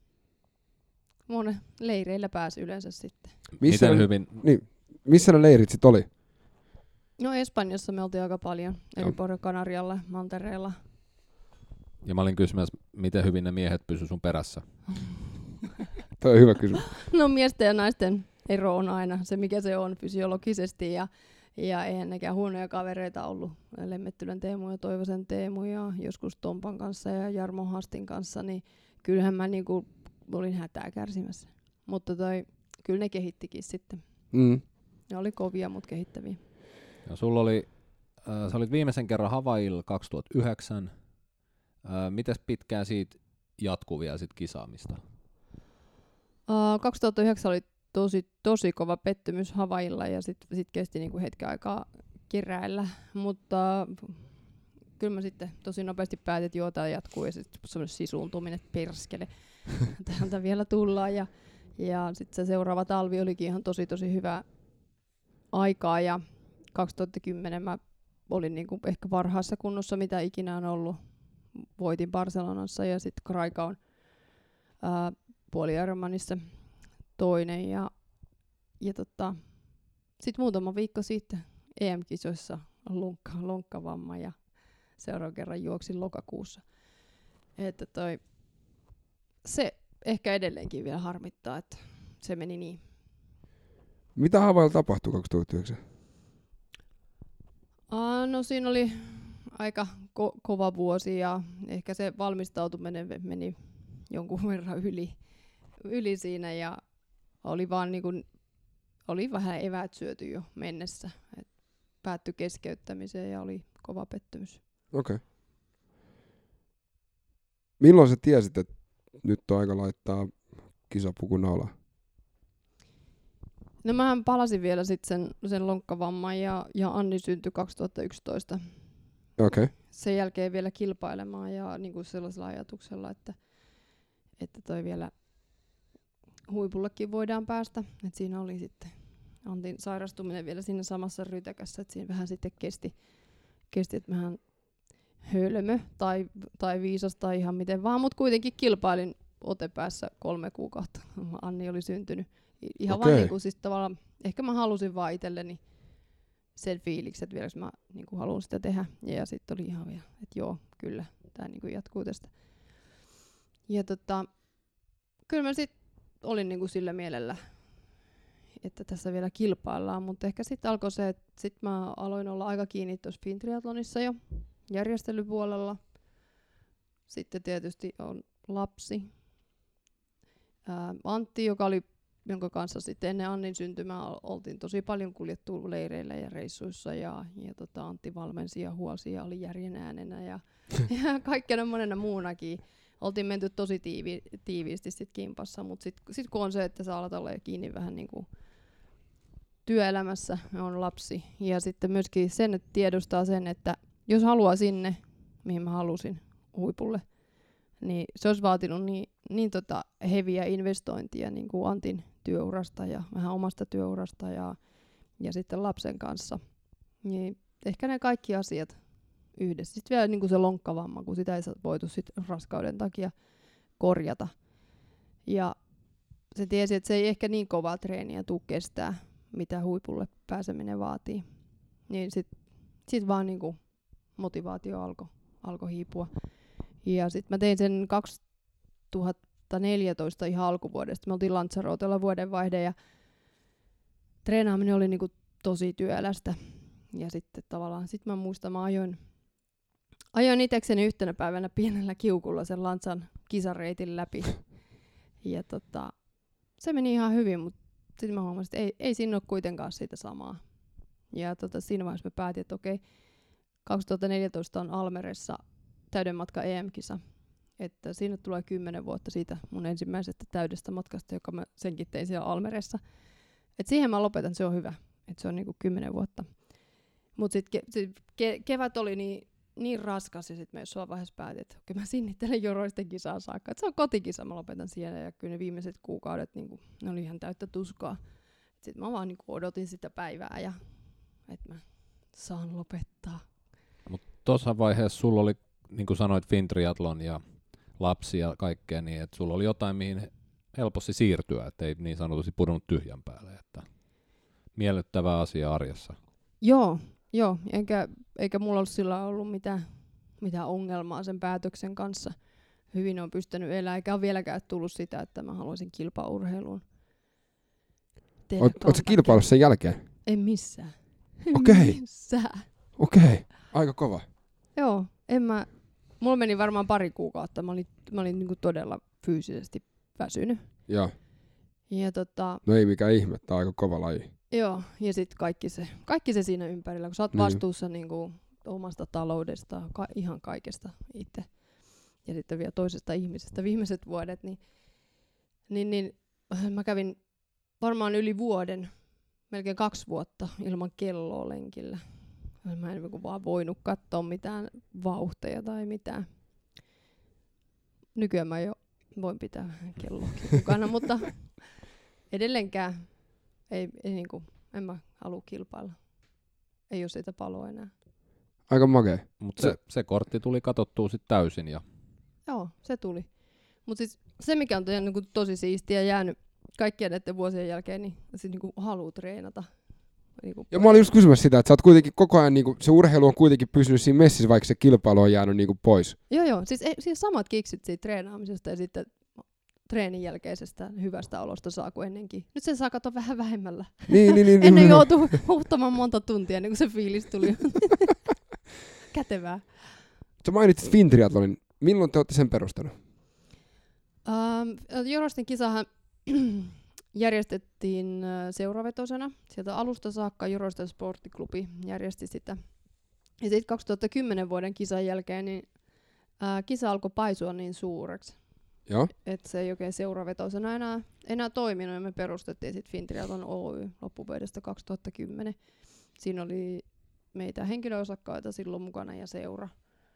monen leireillä pääsi yleensä sitten. Missä ne leirit sit oli? No Espanjassa me oltiin aika paljon, eri puolilla Kanarialla, Mantereella. Ja mä olin kysymässä, miten hyvin ne miehet pysy sun perässä? Toi on hyvä kysymys. No miesten ja naisten ero on aina se, mikä se on fysiologisesti ja eihän nekään huonoja kavereita ollut. Lemmettylän Teemu ja Toivosen Teemu ja joskus Tompan kanssa ja Jarmo Hastin kanssa, niin kyllähän mä niinku olin hätää kärsimässä. Mutta kyllä ne kehittikin sitten. Ne oli kovia, mutta kehittäviä. Ja sulla oli, sä olit viimeisen kerran Havaijilla 2009. Mites pitkään siitä jatkuvia sit kisaamista? 2009 oli tosi kova pettymys Havaijilla ja sit kesti niinku hetken aikaa keräillä, mutta kyllä mä sitten tosi nopeasti päätin, että joo, tää jatkuu ja sitten semmoinen sisuuntuminen, että perskele, täältä vielä tullaan ja sitten se seuraava talvi olikin ihan tosi hyvä aikaa ja 2010 mä olin niinku ehkä parhaassa kunnossa, mitä ikinä on ollut. Voitin Barcelonassa ja sitten Kraikown puoli-Ironmanissa toinen ja sitten muutama viikko sitten EM-kisoissa lonkkavamma ja seuraavan kerran juoksin lokakuussa. Että se ehkä edelleenkin vielä harmittaa, että se meni niin. Mitä Havaijalla tapahtui 2009? No siinä oli aika kova vuosi ja ehkä se valmistautuminen meni jonkun verran yli siinä ja oli vaan oli vähän eväät syöty jo mennessä. Et päättyi keskeyttämiseen ja oli kova pettymys. Okei. Okay. Milloin sä tiesit, että nyt on aika laittaa kisapuku naulaan? No mähän palasin vielä sitten sen lonkkavamman ja Anni syntyi 2011. Okei. Okay. Sen jälkeen vielä kilpailemaan ja niinku sellaisella ajatuksella, että toi vielä huipullekin voidaan päästä. Et siinä oli sitten Antin sairastuminen vielä siinä samassa rytäkässä, että siinä vähän sitten kesti että mähän hölmö tai viisas tai ihan miten vaan, mutta kuitenkin kilpailin otepäässä 3 kuukautta. Anni oli syntynyt. Ihan vaan niinku siis tavallaan, ehkä mä halusin vaan itselleni sen fiiliksen, että vieläkö mä niinku haluan sitä tehdä. Ja sitten oli ihan vielä, että joo, kyllä, tää niinku jatkuu tästä. Ja kyllä mä sitten olin niinku sillä mielellä, että tässä vielä kilpaillaan, mutta ehkä sitten alkoi se, että sitten mä aloin olla aika kiinni tuossa Fintriathlonissa jo järjestelypuolella. Sitten tietysti on lapsi Antti, jonka kanssa sitten ennen Annin syntymää oltiin tosi paljon kuljettu leireillä ja reissuissa ja Antti valmensi ja huolsi ja oli järjen äänenä ja kaikkena monena muunakin. Oltiin menty tosi tiiviisti sit kimpassa, mutta sit kun on se, että sä alat olla kiinni vähän niinku työelämässä, on lapsi ja sitten myöskin sen, että tiedostaa sen, että jos haluaa sinne, mihin mä halusin huipulle, niin se olisi vaatinut niin heviä investointia niin kuin Antin työurasta ja vähän omasta työurasta ja sitten lapsen kanssa. Niin ehkä ne kaikki asiat yhdessä. Sitten vielä niin kuin se lonkkavamma, kun sitä ei voitu sit raskauden takia korjata. Ja se tiesi, että se ei ehkä niin kovaa treeniä tule kestää, mitä huipulle pääseminen vaatii. Niin sit vaan niin kuin motivaatio alkoi hiipua. Ja sitten mä tein sen 2014 ihan alkuvuodesta. Me oltiin Lanzarotella vuodenvaihde ja treenaaminen oli niinku tosi työlästä. Ja sitten tavallaan, mä muistan, mä ajoin itekseni yhtenä päivänä pienellä kiukulla sen Lanzan kisareitin läpi. Ja se meni ihan hyvin, mutta sitten mä huomasin, että ei siinä ole kuitenkaan siitä samaa. Ja siinä vaiheessa mä päätin, että okei, 2014 on Almeressa täyden matka EM-kisa. Että siinä tulee 10 vuotta siitä mun ensimmäisestä täydestä matkasta, joka mä senkin tein siellä Almeressa. Että siihen mä lopetan, se on hyvä. Että se on niinku 10 vuotta. Mut sitten kevät oli niin raskas ja sitten mä jossain vaiheessa päätin, että okei, mä sinnittelen Joroisten kisaan saakka. Että se on kotikisa, mä lopetan siellä ja kyllä ne viimeiset kuukaudet niinku, ne oli ihan täyttä tuskaa. Sitten mä vaan niinku odotin sitä päivää ja että mä saan lopettaa. Mutta tuossa vaiheessa sulla oli, niin kuin sanoit, Fintriathlon ja lapsi ja kaikkea, niin että sulla oli jotain, mihin helposti siirtyä, että ei niin sanotusti pudonnut tyhjän päälle. Että miellyttävä asia arjessa. Joo, eikä mulla ollut sillä ollut mitään ongelmaa sen päätöksen kanssa. Hyvin on pystynyt elämään, eikä ole vieläkään tullut sitä, että mä haluaisin kilpaurheiluun tehdä. Ootko kilpailu sen jälkeen? En missään. Okei. Missään. Okei, aika kova. Joo, mulla meni varmaan pari kuukautta. Mä olin niinku todella fyysisesti väsynyt. Joo. Ja no ei mikään ihme, tää on aika kova laji. Joo, ja sitten kaikki se siinä ympärillä, kun sä oot vastuussa niinku omasta taloudesta, ihan kaikesta itse. Ja sitten vielä toisesta ihmisestä viimeiset vuodet, niin mä kävin varmaan yli vuoden, melkein 2 vuotta ilman kelloa lenkillä. Mä en vaan voinut katsoa mitään vauhteja tai mitään. Nykyään mä jo voin pitää kelloakin mukana, mutta edelleenkään en mä halua kilpailla. Ei ole sitä paloa enää. Aika makea. Mutta se kortti tuli katsottua sitten täysin. Joo, se tuli. Mutta siis se, mikä on tosi siistiä jäänyt kaikkien näiden vuosien jälkeen, niin siis haluaa treenata. Ja mä olin just kysymässä sitä, että sä oot kuitenkin koko ajan, se urheilu on kuitenkin pysynyt siinä messissä, vaikka se kilpailu on jäänyt pois. Joo, siis samat kiksit siitä treenaamisesta ja sitten treenin jälkeisestä hyvästä olosta saa kuin ennenkin. Nyt sen saa katsoa vähän vähemmällä. Niin. Ennen joutuu huhtamaan monta tuntia, niin kuin se fiilis tuli. Kätevää. Sä mainitsit Fintriathlonin. Milloin te olette sen perustanut? Joroisten kisahan järjestettiin seuravetoisena. Sieltä alusta saakka Joroisten sporttiklubi järjesti sitä. Ja sitten 2010 vuoden kisan jälkeen niin kisa alkoi paisua niin suureksi, että se ei oikein seuravetoisena enää toiminut. Ja me perustettiin sitten Fintriathlon Oy loppuvuodesta 2010. Siinä oli meitä henkilöosakkaita silloin mukana ja seura.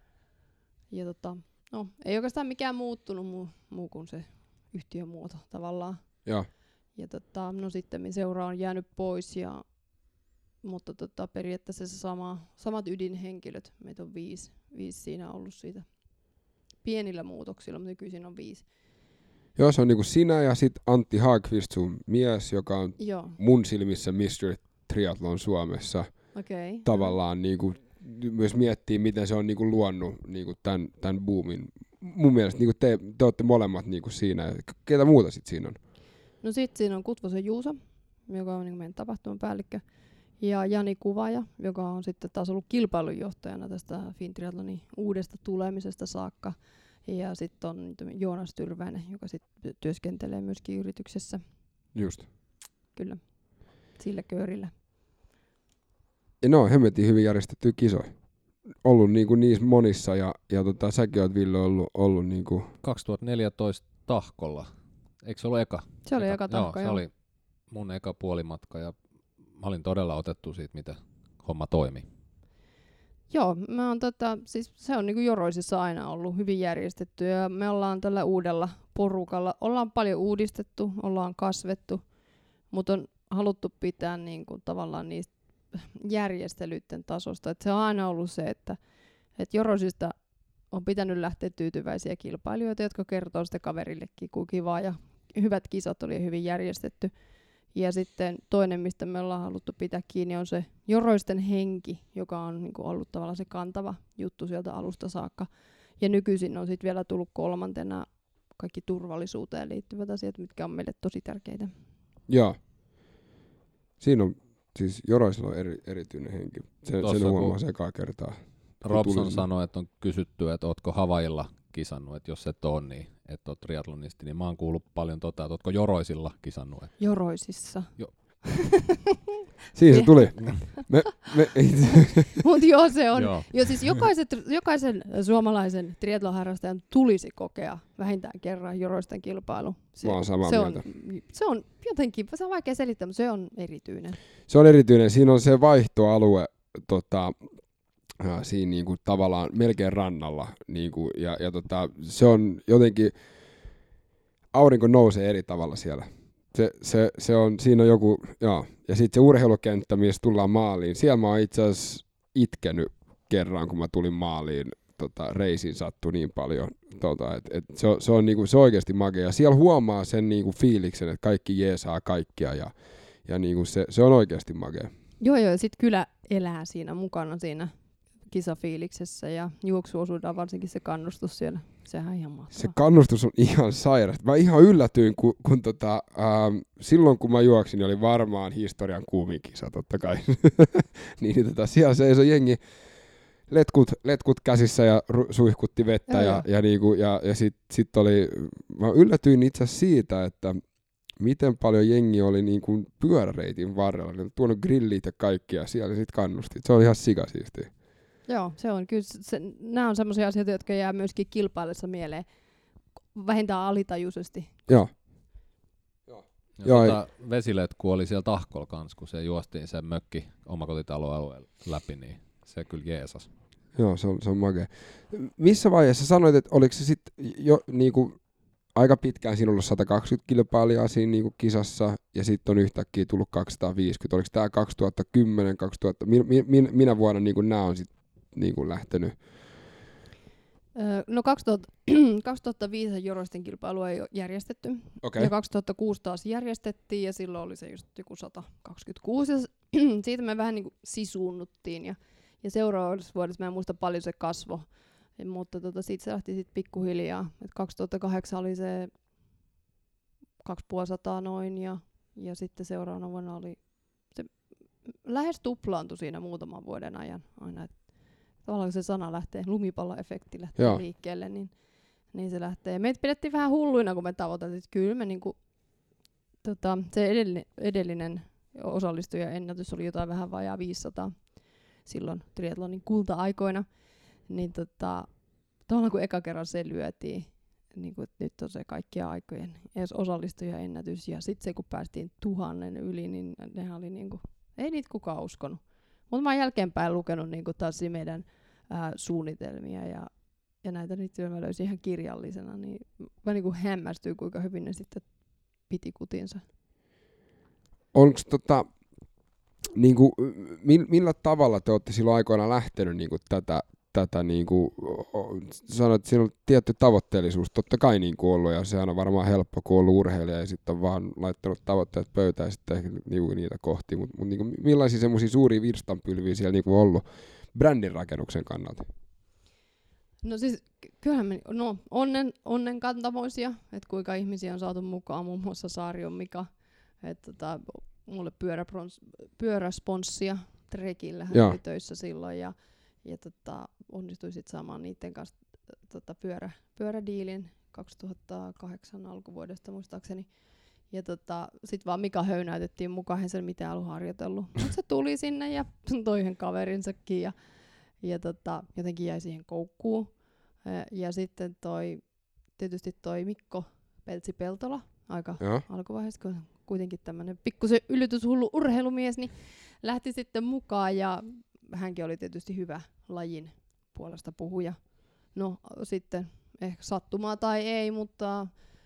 Ja ei oikeastaan mikään muuttunut muu kuin se yhtiömuoto tavallaan. Joo. Ja sitten seura on jäänyt pois, mutta periaatteessa se samat ydinhenkilöt. Meitä on 5 siinä ollut siitä pienillä muutoksilla, mutta nykyisin on 5. Joo, se on niinku sinä ja sitten Antti Hagqvist, sun mies, joka on mun silmissä Mr. Triathlon Suomessa. Okay. Tavallaan niinku, myös miettii, miten se on niinku luonut niinku tämän boomin. Mun mielestä niinku te olette molemmat niinku siinä. Ketä muuta sit siinä on? No sit siinä on Kutvosen Juuso, joka on niinku meidän tapahtumapäällikkö. Ja Jani Kuvaja, joka on sitten taas ollut kilpailunjohtajana tästä Fintriathlonin uudesta tulemisesta saakka. Ja sitten on Joonas Tyrväinen, joka sit työskentelee myöskin yrityksessä. Just. Kyllä, sillä köörillä. Ja ne on hemmetin hyvin järjestettyjä kisoja. Ollut niinku niissä monissa ja säkin oot Ville ollut niinku... 2014 Tahkolla. Eikö se ollut eka? Se oli eka Tahko, joo. Se oli mun eka puolimatka ja mä olin todella otettu siitä, miten homma toimi. Joo, mä oon siis se on niinku Joroisissa aina ollut hyvin järjestetty ja me ollaan tällä uudella porukalla, ollaan paljon uudistettu, ollaan kasvettu, mutta on haluttu pitää niinku tavallaan niistä järjestelyiden tasosta. Et se on aina ollut se, että Joroisista on pitänyt lähteä tyytyväisiä kilpailijoita, jotka kertoo sitä kaverillekin, kuin kivaa ja hyvät kisat oli hyvin järjestetty. Ja sitten toinen, mistä me ollaan haluttu pitää kiinni, on se Joroisten henki, joka on niinku ollut tavallaan se kantava juttu sieltä alusta saakka. Ja nykyisin on sitten vielä tullut kolmantena kaikki turvallisuuteen liittyvät asiat, mitkä on meille tosi tärkeitä. Joo. Siinä on, siis Joroisilla on erityinen henki. Sen huomaa se ekaa kertaa. Robson sanoi, että on kysytty, että ootko Havailla kisannut, että jos et ole, niin et ole triatlonisti, niin mä oon kuullut paljon että ootko Joroisilla kisannut. Joroisissa. Siinä se tuli. Mutta joo, se on. Jo, siis jokaisen suomalaisen triathlon-harrastajan tulisi kokea vähintään kerran Joroisten kilpailu. Mä oon samaa mieltä. Se on jotenkin, se on vaikea selittää, mutta se on erityinen. Se on erityinen. Siinä on se vaihtoalue siinä niinku tavallaan melkein rannalla. Niinku, ja se on jotenkin, aurinko nousee eri tavalla siellä. Se on, siinä on joku, joo. Ja sitten se urheilukenttä, missä tullaan maaliin. Siellä mä oon itse asiassa itkenyt kerran, kun mä tulin maaliin. Reisin sattui niin paljon. Se on niinku, se on oikeasti makea. Ja siellä huomaa sen niinku fiiliksen, että kaikki jeesaa kaikkia. Ja niinku se on oikeasti makea. Joo, ja sitten kyllä elää siinä mukana siinä kisafiiliksessä ja juoksuosuudaan varsinkin se kannustus siellä. Sehän on ihan mahtavaa. Se kannustus on ihan sairas. Mä ihan yllätyin, kun silloin kun mä juoksin, niin oli varmaan historian kuumin kisa, totta kai. Siellä seisoi jengi letkut käsissä ja suihkutti vettä ja sit oli, mä yllätyin itse asiassa siitä, että miten paljon jengi oli niin kuin pyöräreitin varrella. Ne oli tuonut grillit ja kaikkia siellä sit kannusti. Se on ihan sikasiistiä. Joo, se on kyllä. Nämä on sellaisia asioita, jotka jää myöskin kilpailessa mieleen vähintään alitajuisesti. Joo. Vesiletku oli siellä Tahkolla kanssa, kun se juostiin sen mökki omakotitaloalueen läpi, niin se kyllä jeesas. Joo, se on makea. Missä vaiheessa sanoit, että oliko se sitten jo niinku aika pitkään siinä ollut 120 kilpailijaa siinä niinku kisassa, ja sitten on yhtäkkiä tullut 250. Oliko tämä 2010, 2000, minä vuonna niinku nämä on sitten niinku lähtenyt? No 2005 Joroisten kilpailua ei ole järjestetty. Okay. Ja 2006 taas järjestettiin ja silloin oli se just joku 126. Ja siitä me vähän niinku sisuunnuttiin ja seuraavassa vuodessa mä en muista paljon se kasvo. Mutta siitä se lähti sitten pikkuhiljaa. Et 2008 oli se 250 noin ja sitten seuraavana vuonna oli se lähes tuplaantui siinä muutaman vuoden ajan aina. Tavallaan se sana lähtee, lumipalloefekti lähtee liikkeelle, niin se lähtee. Meitä pidettiin vähän hulluina, kun me tavoiteltiin, että kyllä me niinku, se edellinen osallistujaennätys oli jotain vähän vajaa 500 silloin triathlonin kulta-aikoina. Niin tavallaan kun eka kerran se lyötiin, niin kun, että nyt on se kaikkia aikojen osallistujaennätys, ja sitten se kun päästiin 1000 yli, niin nehän oli niinku, ei niitä kukaan uskonut. Mutta mä oon jälkeenpäin lukenut niinku taas meidän suunnitelmia ja näitä niitä mä löysin ihan kirjallisena, niin mä niinku hämmästyin, kuinka hyvin ne sitten piti kutinsa. Onko niinku, millä tavalla te olette silloin aikoina lähtenyt niinku tätä niinku, sanoit, että siinä on tietty tavoitteellisuus totta kai niinku ollut, ja sehän on varmaan helppo, kun on ollut urheilija ja sitten on vaan laittanut tavoitteet pöytään ja sitten niinku niitä kohti, mutta niinku, millaisia semmoisia suuria virstanpylviä siellä niinku on ollut brändin rakennuksen kannalta? No siis kyllähän me onnen kantamoisia, että kuinka ihmisiä on saatu mukaan, muun muassa Saarion Mika, että mulle pyöräsponssia Trekillä hän oli töissä silloin ja onnistuin sitten saamaan niiden kanssa pyörädiilin 2008 alkuvuodesta muistaakseni. Ja sit vaan Mika höynäytettiin mukaan, hän sen mitään ollut harjoitellut. Mut se tuli sinne ja toi yhden kaverinsakin ja jotenkin jäi siihen koukkuun. Ja sitten tietysti toi Mikko Peltsi-Peltola aika alkuvaiheessa, kun kuitenkin tämmönen pikkusen yllytyshullu urheilumies, niin lähti sitten mukaan ja hänkin oli tietysti hyvä lajin puolesta puhuja. No sitten ehkä sattumaa tai ei, mutta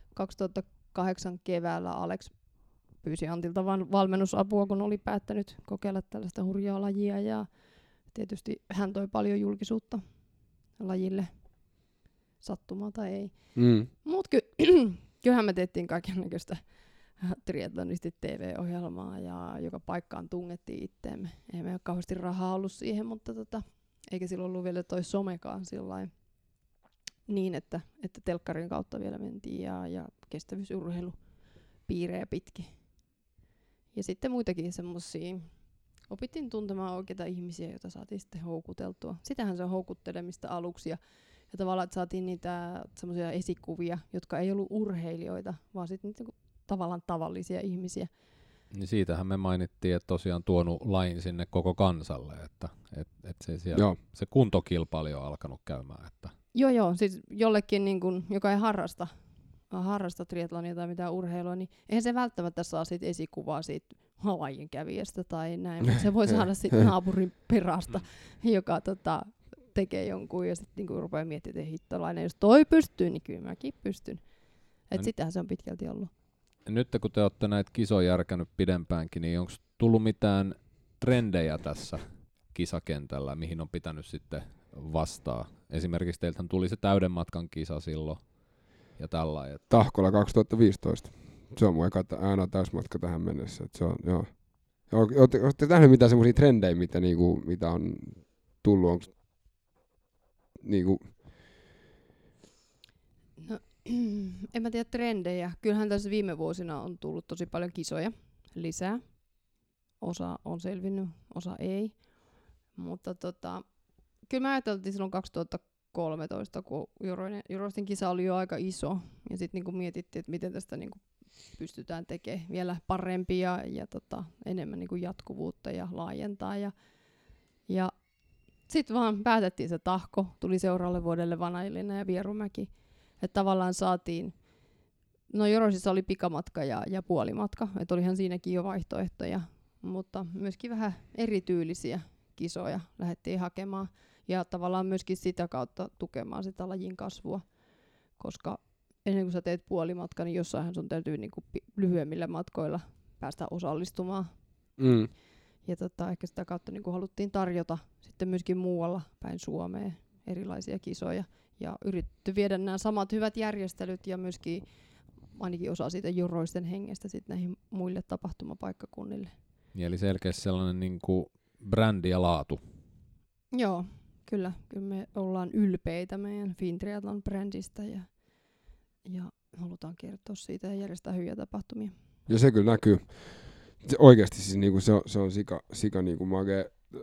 2008 keväällä Alex pyysi Antilta valmennusapua, kun oli päättänyt kokeilla tällaista hurjaa lajia ja tietysti hän toi paljon julkisuutta lajille, sattumaa tai ei. Mut kyllähän me tehtiin kaikennäköistä triatlonisti TV-ohjelmaa ja joka paikkaan tungettiin itteemme. Ei meillä ole kauheasti rahaa ollut siihen, mutta eikä silloin ollut vielä toi somekaan sillain niin, että telkkarin kautta vielä mentiin ja kestävyysurheilupiirejä pitkin. Ja sitten muitakin semmosia, opittiin tuntemaan oikeita ihmisiä, joita saatiin sitten houkuteltua. Sitähän se on houkuttelemista aluksi ja tavallaan, että saatiin niitä semmoisia esikuvia, jotka ei ollut urheilijoita, vaan sitten niitä tavallaan tavallisia ihmisiä. Niin siitähän me mainittiin, että tosiaan tuonut lain sinne koko kansalle, että se kuntokilpailu on alkanut käymään. Että. Joo, siis jollekin, niin kun, joka ei harrasta triathlonia tai mitään urheilua, niin eihän se välttämättä saa siitä esikuvaa siitä lajin kävijästä tai näin, mutta se voi saada sitten naapurin perästä, joka tekee jonkun ja sitten niinku rupeaa miettimään, että hittolainen, jos toi pystyy, niin kyllä mäkin pystyn. Että sitähän se on pitkälti ollut. Nyt kun te olette näitä kisoja järkännyt pidempäänkin, niin onko tullut mitään trendejä tässä kisakentällä, mihin on pitänyt sitten vastaa? Esimerkiksi teiltähän tuli se täyden matkan kisa silloin ja tällainen. Tahkola 2015. Se on mun aina täysmatka tähän mennessä. Se on, joo. Oletteko nähneet mitään semmoisia trendejä, mitä on tullut? Onko No, en mä tiedä trendejä. Kyllähän tässä viime vuosina on tullut tosi paljon kisoja lisää. Osa on selvinnyt, osa ei. Mutta kyllä mä ajateltiin silloin 2013, kun Juroisten kisa oli jo aika iso. Ja sitten niinku mietittiin, että miten tästä niinku pystytään tekemään vielä parempia ja enemmän niinku jatkuvuutta ja laajentaa. Ja sitten vaan päätettiin se tahko. Tuli seuraavalle vuodelle Vanailina ja Vierumäki. Että tavallaan saatiin, no Jorosissa oli pikamatka ja puolimatka, että olihan siinäkin jo vaihtoehtoja, mutta myöskin vähän erityylisiä kisoja lähdettiin hakemaan ja tavallaan myöskin sitä kautta tukemaan sitä lajin kasvua, koska ennen kuin sä teet puolimatka, niin jossainhan sun täytyy niinku lyhyemmillä matkoilla päästä osallistumaan. Ja ehkä sitä kautta niinku haluttiin tarjota sitten myöskin muualla päin Suomeen erilaisia kisoja. Ja yritetty viedä nämä samat hyvät järjestelyt ja myöskin ainakin osa siitä Juroisten hengestä sit näihin muille tapahtumapaikkakunnille. Eli selkeästi sellainen niin kuin brändi ja laatu. Joo, kyllä me ollaan ylpeitä meidän FinTriathlon brändistä ja halutaan kertoa siitä ja järjestää hyviä tapahtumia. Ja se kyllä näkyy. Oikeasti siis niinku se on sika niinku magea.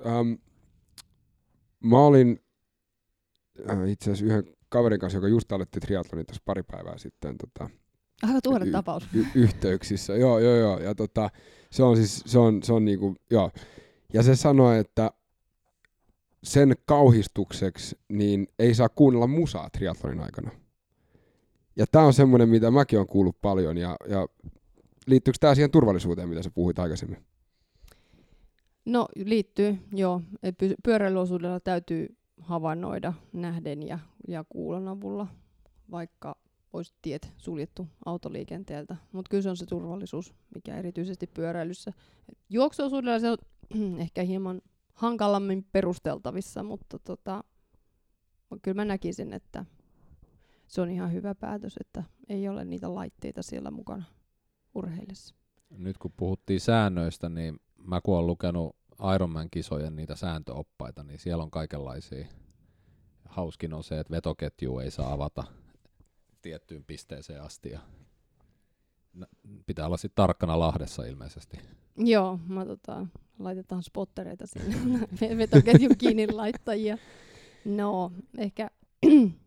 Mä olin itse asiassa yhden kaverin kanssa, joka just aloitti triathlonin tässä pari päivää sitten. Aika tuore tapaus. Yhteyksissä, joo. Ja se on niinku, joo. Ja se sanoi, että sen kauhistukseksi niin ei saa kuunnella musaa triathlonin aikana. Ja tää on semmoinen, mitä mäkin olen kuullut paljon. Ja liittyykö tää siihen turvallisuuteen, mitä sä puhuit aikaisemmin? No liittyy, joo. Pyöräilyosuudella täytyy havainnoida nähden ja kuulon avulla, vaikka olisi tiet suljettu autoliikenteeltä. Mutta kyllä se on se turvallisuus, mikä erityisesti pyöräilyssä. Juoksuosuudella se on ehkä hieman hankalammin perusteltavissa, mutta kyllä mä näkisin, että se on ihan hyvä päätös, että ei ole niitä laitteita siellä mukana urheilessa. Nyt kun puhuttiin säännöistä, niin mä kun olen lukenut Ironman-kisojen niitä sääntöoppaita, niin siellä on kaikenlaisia. Hauskin on se, että vetoketju ei saa avata tiettyyn pisteeseen asti. Ja pitää olla sitten tarkkana Lahdessa ilmeisesti. Joo, laitetaan spottereita sinne vetoketjun kiinni laittajia. No, ehkä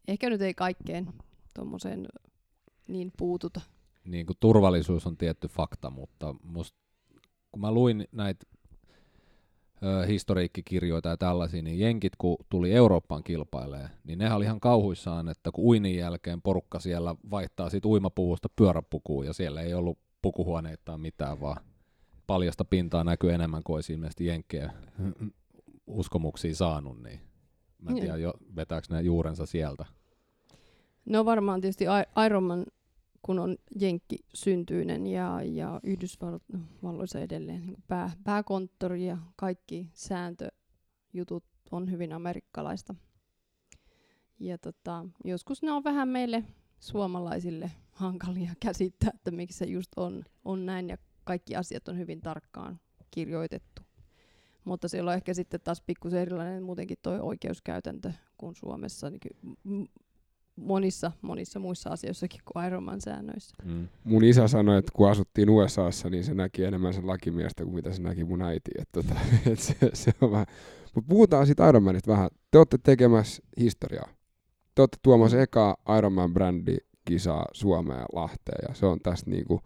ehkä nyt ei kaikkeen tuommoiseen niin puututa. Niin kuin turvallisuus on tietty fakta, mutta kun mä luin näitä historiikkikirjoita ja tällaisia, niin jenkit kun tuli Eurooppaan kilpailemaan, niin nehän oli ihan kauhuissaan, että kun uinin jälkeen porukka siellä vaihtaa siitä uimapuvusta pyöräpukuun ja siellä ei ollut pukuhuoneita tai mitään, vaan paljasta pintaa näkyy enemmän kuin olisi ilmeisesti jenkkien uskomuksia saanut, niin mä en tiedä, vetääkö nämä juurensa sieltä. No varmaan tietysti Ironman, kun on jenkkisyntyinen ja Yhdysvalloissa edelleen niin pääkonttori ja kaikki sääntöjutut on hyvin amerikkalaista. Ja joskus ne on vähän meille suomalaisille hankalia käsittää, että miksi se just on näin ja kaikki asiat on hyvin tarkkaan kirjoitettu. Mutta siellä on ehkä sitten taas pikkusen erilainen muutenkin toi oikeuskäytäntö kuin Suomessa niin monissa muissa asioissakin kuin Ironman-säännöissä. Mun isä sanoi, että kun asuttiin USAssa, niin se näki enemmän sen lakimiestä kuin mitä se näki mun äiti. Se on vähän. Mut puhutaan siitä Ironmanista vähän. Te olette tekemässä historiaa. Te olette tuomassa ekaa Ironman-brändikisaa Suomeen Lahteen ja se on tästä niinku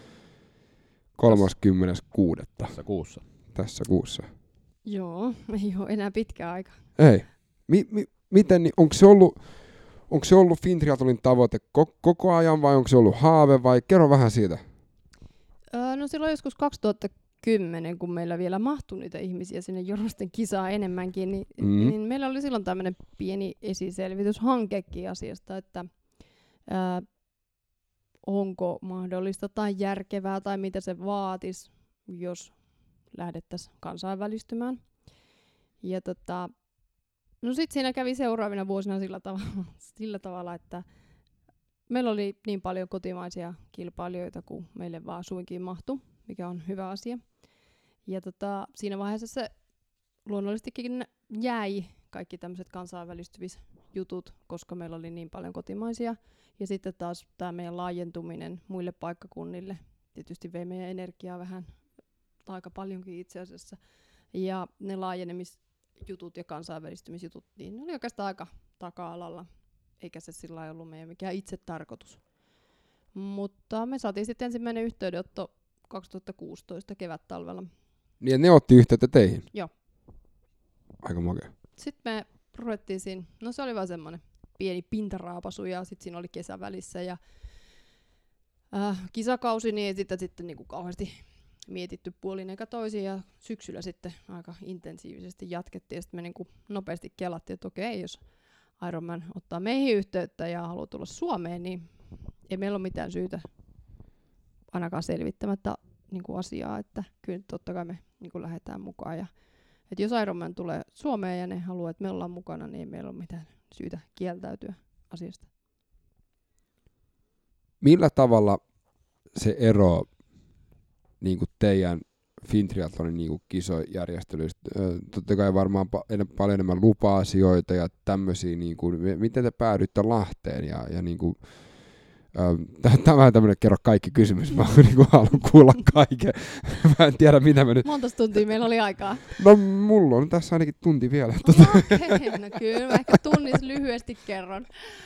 36. Tässä kuussa. Joo, ei ole enää pitkä aika. Ei. Miten, onko se ollut Fintriathlonin tavoite koko ajan vai onko se ollut haave vai kerro vähän siitä? No silloin joskus 2010, kun meillä vielä mahtui niitä ihmisiä sinne Jorosten kisaa enemmänkin, niin meillä oli silloin tämmöinen pieni esiselvityshankekin asiasta, että onko mahdollista tai järkevää tai mitä se vaatisi, jos lähdettäisiin kansainvälistymään. Ja no sitten siinä kävi seuraavina vuosina sillä tavalla, että meillä oli niin paljon kotimaisia kilpailijoita kuin meille vaan suinkin mahtui, mikä on hyvä asia. Ja siinä vaiheessa se luonnollisestikin jäi kaikki tämmöiset kansainvälistymisjutut, koska meillä oli niin paljon kotimaisia. Ja sitten taas tämä meidän laajentuminen muille paikkakunnille tietysti vei meidän energiaa vähän aika paljonkin itse asiassa. Ja ne laajenemisjutut ja kansainvälistymisjutut, niin ne oli oikeastaan aika taka-alalla, eikä se sillä lailla ollut meidän mikään itse tarkoitus. Mutta me saatiin sitten ensimmäinen yhteydenotto 2016 kevättalvella. Niin ne otti yhteyttä teihin? Joo. Aika makea. Sitten me ruvettiin siinä, no se oli vaan semmoinen pieni pintaraapasu ja sitten siinä oli kesä välissä ja kisakausi, niin ei sitä sitten niinku kauheasti mietitty puolin eikä toisin ja syksyllä sitten aika intensiivisesti jatkettiin ja sitten me niinku nopeasti kelattiin, että okei, jos Ironman ottaa meihin yhteyttä ja haluaa tulla Suomeen, niin ei meillä ole mitään syytä ainakaan selvittämättä niinku asiaa, että kyllä totta kai me niinku lähdetään mukaan. Ja, että jos Ironman tulee Suomeen ja ne haluaa, että me ollaan mukana, niin ei meillä ole mitään syytä kieltäytyä asiasta. Millä tavalla se ero niinku teidän Fintriathlonin niinku kisojärjestelyistä? Totta kai varmaan paljon enemmän lupa-asioita ja tämmöisiä. Niinku, miten te päädyitte Lahteen? Ja niinku, tämä on tämmöinen kerro kaikki kysymys. Mä niinku haluan kuulla kaiken. Mä en tiedä mitä mä nyt. Monta tuntia meillä oli aikaa? No mulla on tässä ainakin tunti vielä. Okei, no kyllä mä ehkä tunnissa lyhyesti kerron.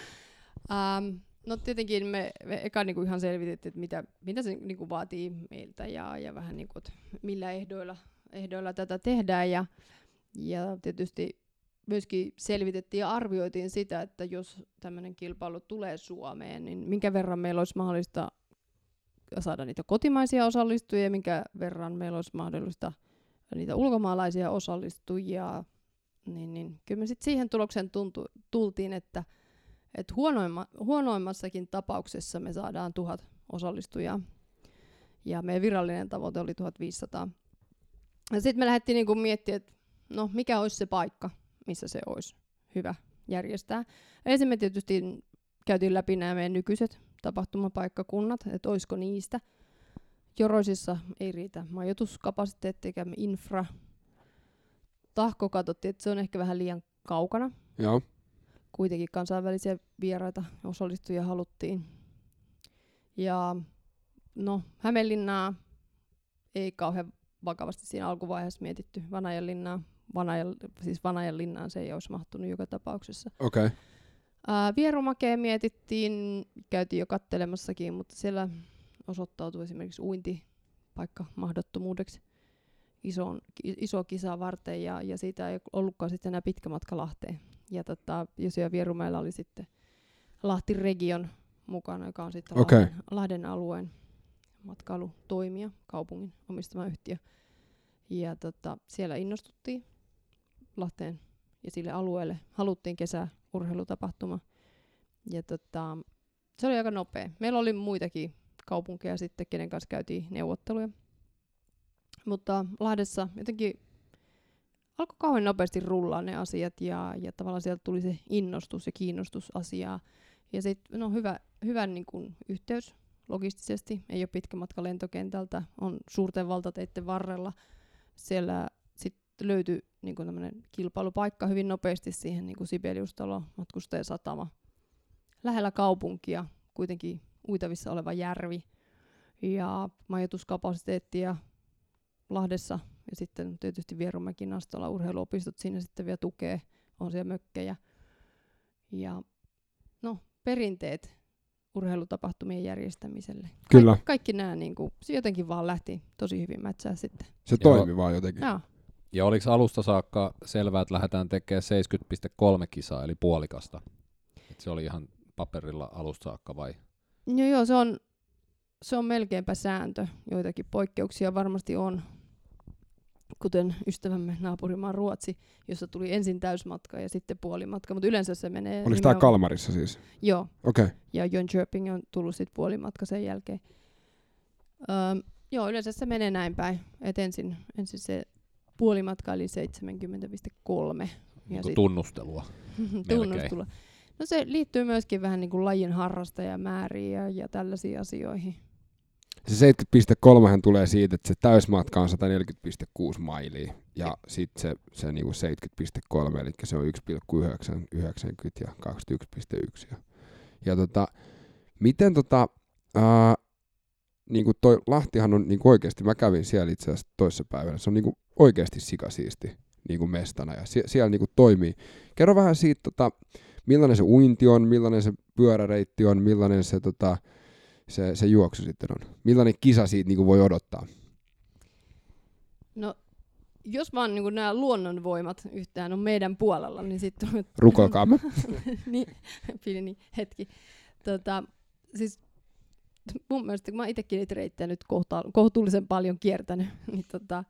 No tietenkin me eka niinku ihan selvitettiin, että mitä se niinku vaatii meiltä ja vähän niinku, että millä ehdoilla tätä tehdään. Ja tietysti myöskin selvitettiin ja arvioitiin sitä, että jos tämmöinen kilpailu tulee Suomeen, niin minkä verran meillä olisi mahdollista saada niitä kotimaisia osallistujia ja minkä verran meillä olisi mahdollista niitä ulkomaalaisia osallistujia. Niin kyllä me sitten siihen tulokseen tultiin, että huonoimmassakin tapauksessa me saadaan 1000 osallistujaa. Ja meidän virallinen tavoite oli 1500. Ja sitten me lähdettiin niinku miettimään, että no mikä olisi se paikka, missä se olisi hyvä järjestää. Ensin me tietysti käytiin läpi nämä meidän nykyiset tapahtumapaikkakunnat, että olisiko niistä. Joroisissa ei riitä majoituskapasiteetti eikä infra. Tahko katsottiin, että se on ehkä vähän liian kaukana. Joo. Kuitenkin kansainvälisiä vieraita osallistujia haluttiin. Ja no, Hämeenlinnaa ei kauhean vakavasti siinä alkuvaiheessa mietitty. Vanajanlinnaan se ei olisi mahtunut joka tapauksessa. Okay. Vierumakea mietittiin, käytiin jo kattelemassakin, mutta siellä osoittautui esimerkiksi uintipaikka mahdottomuudeksi iso kisa varten ja siitä ei ollutkaan sitten enää pitkä matka Lahteen. Ja siellä Vierumäellä oli sitten Lahti Region mukana, joka on sitten Lahden alueen matkailutoimija, kaupungin omistama yhtiö. Ja siellä innostuttiin Lahteen ja sille alueelle. Haluttiin kesäurheilutapahtuma. Ja se oli aika nopea. Meillä oli muitakin kaupunkeja sitten, kenen kanssa käytiin neuvotteluja. Mutta Lahdessa jotenkin alkoi kauhean nopeasti rullaa ne asiat ja tavallaan sieltä tuli se innostus ja kiinnostus asiaa. Ja sitten hyvä niin kuin yhteys logistisesti, ei ole pitkä matka lentokentältä, on suurten valtateiden varrella. Siellä sitten löytyi niin kuin tämmöinen kilpailupaikka hyvin nopeasti siihen niin kuin Sibeliustalo, matkustajasatama. Lähellä kaupunkia, kuitenkin uitavissa oleva järvi ja majoituskapasiteettia Lahdessa ja sitten tietysti Vierumäki, Nastola, urheiluopistot siinä sitten vielä tukee, on siellä mökkejä. Ja perinteet urheilutapahtumien järjestämiselle. Kyllä. Kaikki nämä se jotenkin vaan lähti tosi hyvin mätsää sitten. Se toimi vaan jotenkin. Joo. Ja oliko alusta saakka selvää, että lähdetään tekemään 70,3 kisaa, eli puolikasta? Et se oli ihan paperilla alusta saakka vai? Joo, se on melkeinpä sääntö. Joitakin poikkeuksia varmasti on, kuten ystävämme naapurimaa Ruotsi, jossa tuli ensin täysmatka ja sitten puolimatka, mutta yleensä se menee... Oliko tämä Kalmarissa siis? Joo. Okay. Ja Jönköping on tullut sitten puolimatka sen jälkeen. Joo, yleensä se menee näin päin, että ensin se puolimatka eli 70,3. Tunnustelua. Tunnustelua. No se liittyy myöskin vähän niin kuin lajin harrastajamääriin ja tällaisiin asioihin. Se 70,3 tulee siitä, että se täysmatka on 140,6 mailia ja sitten se niinku 70,3, eli se on 1,990 ja 21,1. Ja miten niinku toi Lahtihan on niinku oikeasti, mä kävin siellä itse asiassa toissapäivänä, se on niinku oikeasti sikasiisti niinku mestana ja siellä niinku toimii. Kerro vähän siitä, millainen se uinti on, millainen se pyöräreitti on, millainen se juoksu sitten on. Millainen kisa siitä niinku voi odottaa? No, jos vaan niinku nämä luonnonvoimat yhtään on meidän puolella, niin sitten... Rukoilkaamme. niin, hetki. Siis mun mielestä, kun mä itsekin niitä reittejä nyt kohtuullisen paljon kiertänyt, niin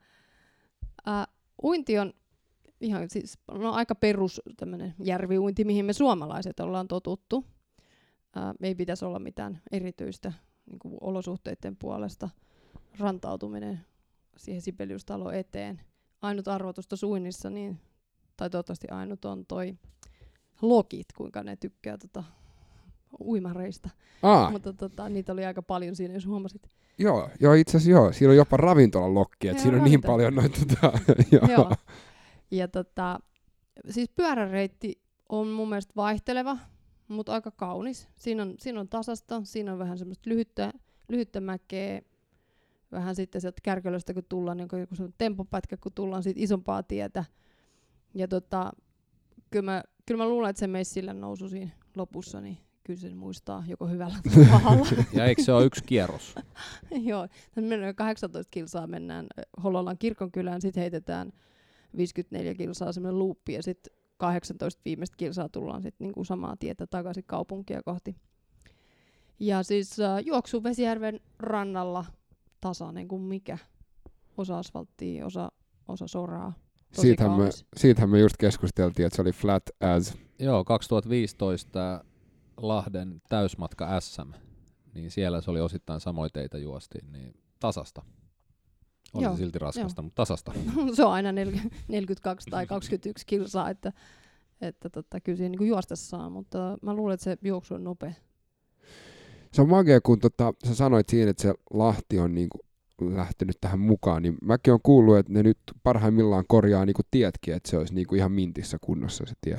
uinti on ihan siis aika perus tämmöinen järviuinti, mihin me suomalaiset ollaan totuttu. Ei pitäisi olla mitään erityistä niin kuin olosuhteiden puolesta. Rantautuminen siihen Sibeliustalo eteen. Ainut arvotus tuossa uinnissa, tai toivottavasti ainut on toi lokit, kuinka ne tykkää uimareista. Mutta niitä oli aika paljon siinä, jos huomasit. Joo, itse asiassa joo. Siinä on jopa ravintolan lokki, että siinä on niin paljon noita. Joo. Ja siis pyöräreitti on mun mielestä vaihteleva, mutta aika kaunis. Siinä on tasasta, siinä on vähän semmoista lyhyttä mäkeä, vähän sitten sieltä Kärkölöstä, kun tullaan, niin joku semmoinen tempopätkä, kun tullaan siitä isompaa tietä. Ja kyllä mä luulen, että se meissillä nousu siinä lopussa, niin kyllä sen muistaa joko hyvällä tai pahalla. Ja eikö se ole yksi kierros? Joo, 18 kilsaa mennään Hololan kirkonkylään, sitten heitetään 54 kilsaa semmoinen luuppi ja sitten 18 viimeistä kilsaa tullaan sitten niinku samaa tietä takaisin kaupunkia kohti. Ja siis juoksu Vesijärven rannalla tasainen kuin mikä. Osa asfalttia, osa soraa. Siitähän me just keskusteltiin, että se oli flat as. Joo, 2015 Lahden täysmatka SM, niin siellä se oli osittain samoin teitä juostiin, niin tasasta. Oli se silti raskasta, mutta tasasta. Se on aina 42 tai 21 kilsaa, että kyllä siinä niinku juosta saa, mutta mä luulen, että se juoksu on nopea. Se on magea, kun sä sanoit siinä, että se Lahti on niinku lähtenyt tähän mukaan, niin mäkin olen kuullut, että ne nyt parhaimmillaan korjaa niinku tietkin, että se olisi niinku ihan mintissä kunnossa se tie.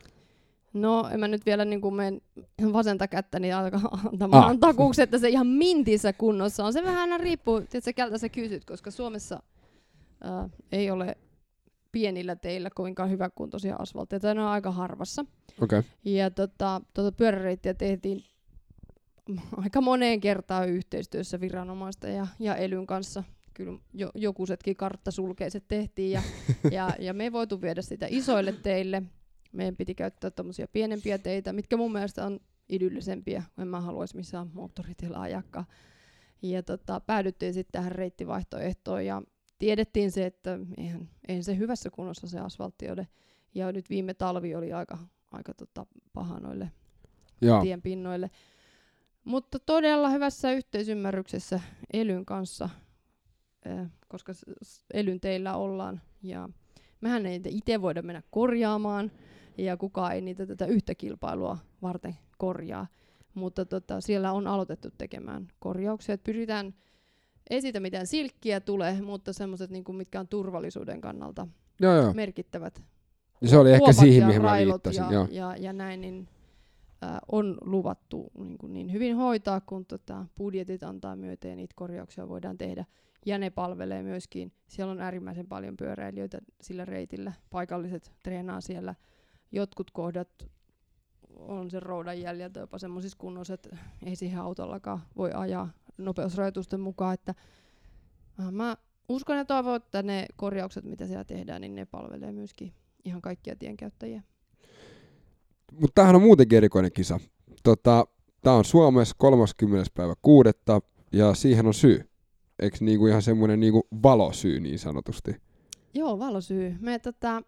No, en mä nyt vielä niin menen vasenta kättä niin antamaan takuuksi, että se ihan mintissä kunnossa on. Se vähän aina riippuu, että keltä sä kysyt, koska Suomessa ei ole pienillä teillä kovinkaan hyväkuntoisia asfaltteja, tai ne on aika harvassa. Okei. Ja pyöräreittiä tehtiin aika moneen kertaan yhteistyössä viranomaisten ja elyn kanssa. Kyllä jokusetkin karttasulkeiset tehtiin ja me ei voitu viedä sitä isoille teille. Meidän piti käyttää tommosia pienempiä teitä, mitkä mun mielestä on idyllisempiä, kun en mä haluaisi missään moottoritiellä ajakkaan. Ja päädyttiin sitten tähän reittivaihtoehtoon ja tiedettiin se, että eihän se hyvässä kunnossa se asfaltti ole. Ja nyt viime talvi oli aika paha noille tienpinnoille. Mutta todella hyvässä yhteisymmärryksessä elyn kanssa, koska elyn teillä ollaan. Ja mehän ei niitä itse voida mennä korjaamaan ja kukaan ei niitä tätä yhtä kilpailua varten korjaa. Mutta siellä on aloitettu tekemään korjauksia. Et pyritään, ei siitä mitään silkkiä tule, mutta semmoiset, niin mitkä on turvallisuuden kannalta merkittävät. Ja se oli ehkä siihen, mihin mä viittasin. Ja näin, niin on luvattu niin hyvin hoitaa, kun budjetit antaa myöten ja niitä korjauksia voidaan tehdä. Ja ne palvelee myöskin. Siellä on äärimmäisen paljon pyöräilijöitä sillä reitillä. Paikalliset treenaa siellä. Jotkut kohdat on sen roudan jäljiltä jopa semmoisissa kunnossa, että ei siihen autollakaan voi ajaa nopeusrajoitusten mukaan. Että, mä uskon ja toivon, että ne korjaukset, mitä siellä tehdään, niin ne palvelee myöskin ihan kaikkia tienkäyttäjiä. Mutta tämähän on muutenkin erikoinen kisa. Tämä on Suomessa 30.6. ja siihen on syy. Eikö niinku ihan semmoinen niinku valosyy niin sanotusti? Joo, valosyy. Me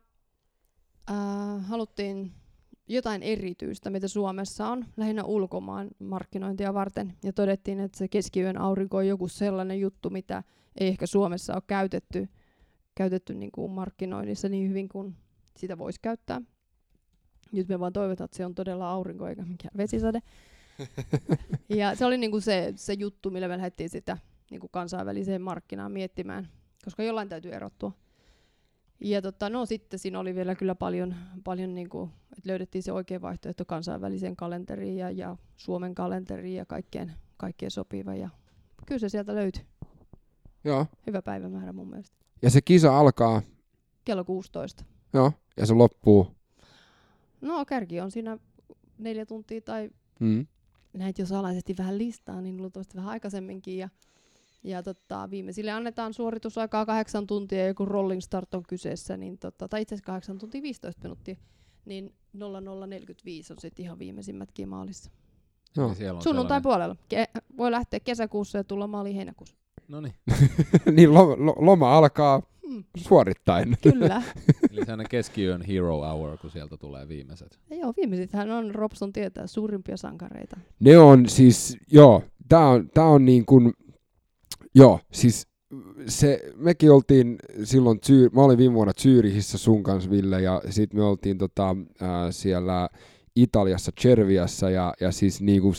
haluttiin jotain erityistä, mitä Suomessa on, lähinnä ulkomaan markkinointia varten. Ja todettiin, että se keskiyön aurinko on joku sellainen juttu, mitä ei ehkä Suomessa ole käytetty niin kuin markkinoinnissa niin hyvin kuin sitä voisi käyttää. Nyt me vaan toivotaan, että se on todella aurinko eikä mikään vesisade. Ja se oli niin kuin se juttu, millä me lähdettiin sitä niin kuin kansainväliseen markkinaan miettimään, koska jollain täytyy erottua. Ja sitten siinä oli vielä kyllä paljon niin kuin, että löydettiin se oikea vaihtoehto kansainväliseen kalenteriin ja Suomen kalenteriin ja kaikkeen sopiva. Ja kyllä se sieltä löytyi. Joo. Hyvä päivämäärä mun mielestä. Ja se kisa alkaa? Kello 16. Joo, ja se loppuu? No kärki on siinä 4 tuntia tai näitä jos alaisesti vähän listaa, niin luultavasti vähän aikaisemminkin. Ja viimeisille annetaan suoritusaikaa 8 tuntia, ja kun rolling start on kyseessä, niin tai itse asiassa 8 tuntia 15 minuuttia, niin 00:45 on sitten ihan viimeisimmätkin maalissa. No. Sunnuntai puolella. Voi lähteä kesäkuussa ja tulla maaliin heinäkuussa. Noniin. Niin loma alkaa suorittain. Kyllä. Eli sellainen keskiyön hero hour, kun sieltä tulee viimeiset. Ja joo, viimeisethän on, Robson tietää, suurimpia sankareita. Ne on siis, tää on niin kuin, siis mekin oltiin silloin, mä olin viime vuonna Zyrihissä sun kanssa, Ville, ja sit me oltiin siellä Italiassa, Cerviassa, ja siis niinku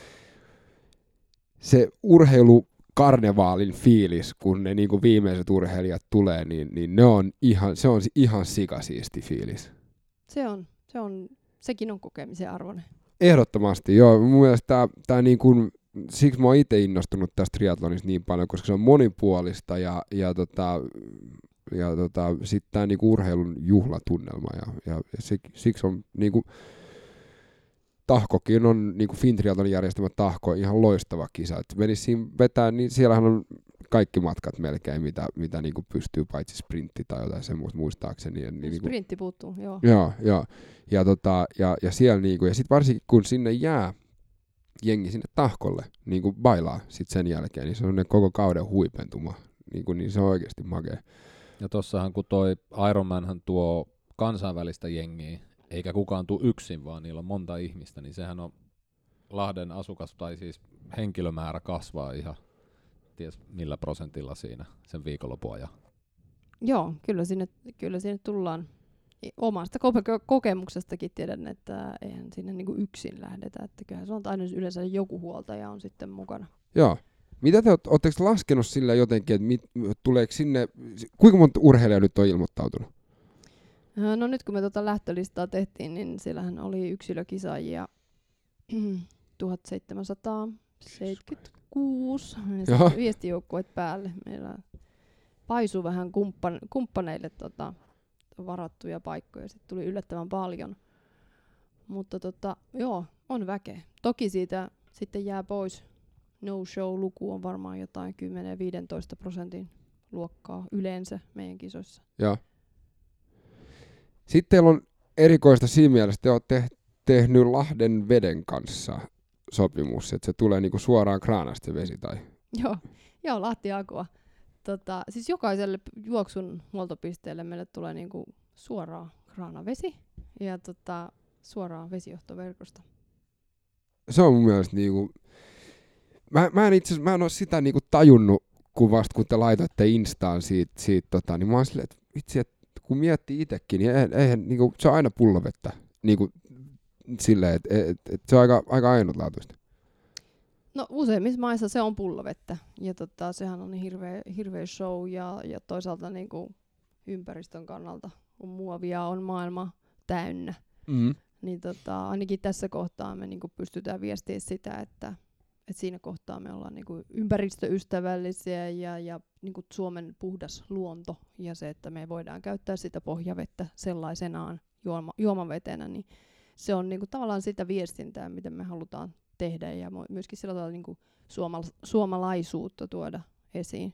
se urheilukarnevaalin fiilis, kun ne niinku viimeiset urheilijat tulee, niin se on ihan sikasiisti fiilis. Sekin on kokemisen arvoinen. Ehdottomasti, joo. Mun mielestä tää niinku, siksi mä oon itse innostunut tästä triathlonista niin paljon, koska se on monipuolista ja sitten tää niinku urheilun juhlatunnelma ja siksi on niinku Tahkokin on niinku Fintriathlon järjestämä Tahko ihan loistava kisa. Et menis siinä vetää, niin siellähän on kaikki matkat melkein, mitä niinku pystyy, paitsi sprintti tai jotain semmoista muistaakseni. Niin sprintti puuttuu, joo. Joo. Ja siellä niinku, ja sit varsinkin kun sinne jää jengi sinne Tahkolle niinku bailaa sit sen jälkeen, niin se on ne koko kauden huipentuma. Niin se on oikeasti makea. Ja tossahan kun toi Ironmanhan tuo kansainvälistä jengiä, eikä kukaan tule yksin, vaan niillä on monta ihmistä, niin sehän on Lahden asukas, tai siis henkilömäärä kasvaa ihan ties millä prosentilla siinä sen viikonlopun ajan. Joo, kyllä sinne tullaan. Omasta kokemuksestakin tiedän, että eihän sinne niinku yksin lähdetä, että kyllähän se on aina yleensä joku huoltaja on sitten mukana. Joo. Mitä te ootteko laskenut sillä jotenkin, että tuleeko sinne, kuinka monta urheilijaa nyt on ilmoittautunut? No nyt kun me lähtölistaa tehtiin, niin siellähän oli yksilökisaajia 1776 viestijoukkueet päälle. Meillä paisuu vähän kumppaneille varattuja paikkoja sit tuli yllättävän paljon. Mutta joo, on väkeä. Toki siitä sitten jää pois. No-show-luku on varmaan jotain 10-15% luokkaa yleensä meidän kisoissa. Joo. Sitten teillä on erikoista siinä mielessä, te olette tehnyt Lahden veden kanssa sopimus, että se tulee niinku suoraan kraanasta se vesi, tai? Joo, Lahti Aqua. Siis jokaiselle juoksun huoltopisteelle meille tulee niinku suoraan kraanavesi ja suoraan vesijohtoverkosta. Se on mun mielestä niinku... Mä en oo sitä niinku tajunnut, kun te laitoitte Instaan siitä niin mä oon silleen, että vitsi, että kun miettii itsekin, niin eihän niinku, se on aina pullovettä. Niinku silleen, että se on aika ainutlaatuista. No useimmissa maissa se on pullovettä ja sehän on hirveä show ja toisaalta niinku ympäristön kannalta on muovia, on maailma täynnä. Mm. Niin ainakin tässä kohtaa me niinku pystytään viestiä sitä, että siinä kohtaa me ollaan niinku ympäristöystävällisiä ja niinku Suomen puhdas luonto ja se, että me voidaan käyttää sitä pohjavettä sellaisenaan juomavetenä, niin se on niinku tavallaan sitä viestintää, mitä me halutaan tehdä ja myöskin sillä tavalla niinku suomalaisuutta tuoda esiin.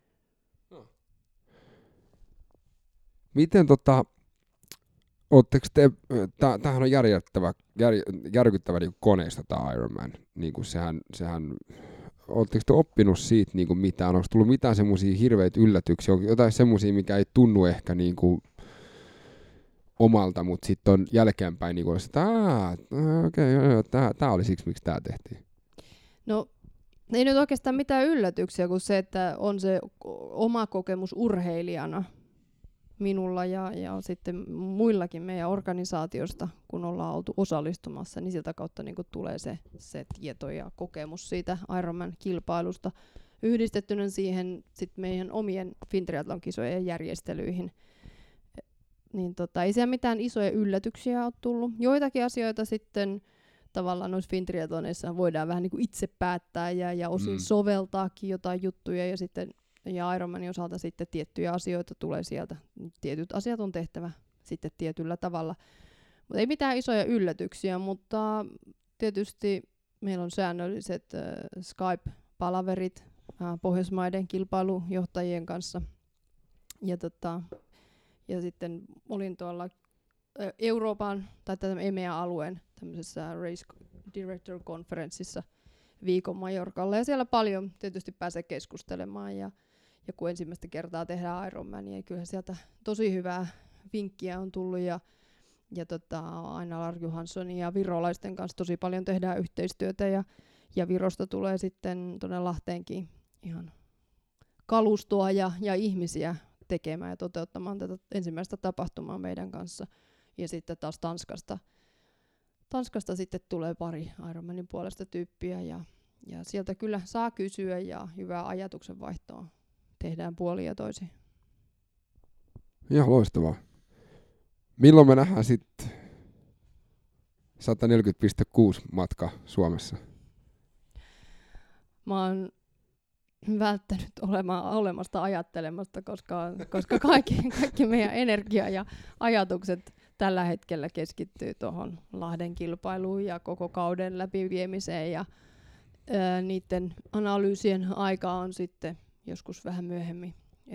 Miten ootteko te, tämähän on järkyttävä niin koneista tämä Ironman, niin kuin sehän ootteko te oppinut siitä niin kuin mitään, onko tullut mitään semmoisia hirveitä yllätyksiä, onko jotain semmoisia, mikä ei tunnu ehkä niin kuin omalta, mutta sitten on jälkeenpäin niin kuin, että tämä oli siksi, miksi tämä tehtiin? No ei nyt oikeastaan mitään yllätyksiä kuin se, että on se oma kokemus urheilijana minulla ja sitten muillakin meidän organisaatiosta, kun ollaan oltu osallistumassa, niin siltä kautta niin kuin tulee se tieto ja kokemus siitä Ironman-kilpailusta yhdistettynä siihen sit meidän omien Fintriathlon-kisojen järjestelyihin. Niin ei siellä mitään isoja yllätyksiä ole tullut. Joitakin asioita sitten tavallaan noissa Fintriathloneissa voidaan vähän niin kuin itse päättää ja osin soveltaakin jotain juttuja ja sitten ja Ironmanin osalta sitten tiettyjä asioita tulee sieltä. Tietyt asiat on tehtävä sitten tietyllä tavalla. Mutta ei mitään isoja yllätyksiä, mutta tietysti meillä on säännölliset Skype-palaverit Pohjoismaiden kilpailujohtajien kanssa. Ja sitten olin tuolla Euroopan tai EMEA-alueen tämmöisessä Race Director Conferenceissa viikon Majorkalla. Ja siellä paljon tietysti pääsee keskustelemaan. Ja kun ensimmäistä kertaa tehdään Ironmania, niin kyllähän sieltä tosi hyvää vinkkiä on tullut. Ja aina Lars Johanssonin ja virolaisten kanssa tosi paljon tehdään yhteistyötä. Ja Virosta tulee sitten tuonne Lahteenkin ihan kalustoa ja ihmisiä tekemään ja toteuttamaan tätä ensimmäistä tapahtumaa meidän kanssa. Ja sitten taas Tanskasta sitten tulee pari Ironmanin puolesta tyyppiä ja sieltä kyllä saa kysyä ja hyvää ajatuksen vaihtoa tehdään puolin ja toisin. Ihan loistavaa. Milloin me nähdään sitten 140,6 matka Suomessa? Mä oon välttänyt olemasta ajattelemasta, koska kaikki meidän energia ja ajatukset tällä hetkellä keskittyy tuohon Lahden kilpailuun ja koko kauden läpiviemiseen ja niiden analyysien aika on sitten joskus vähän myöhemmin.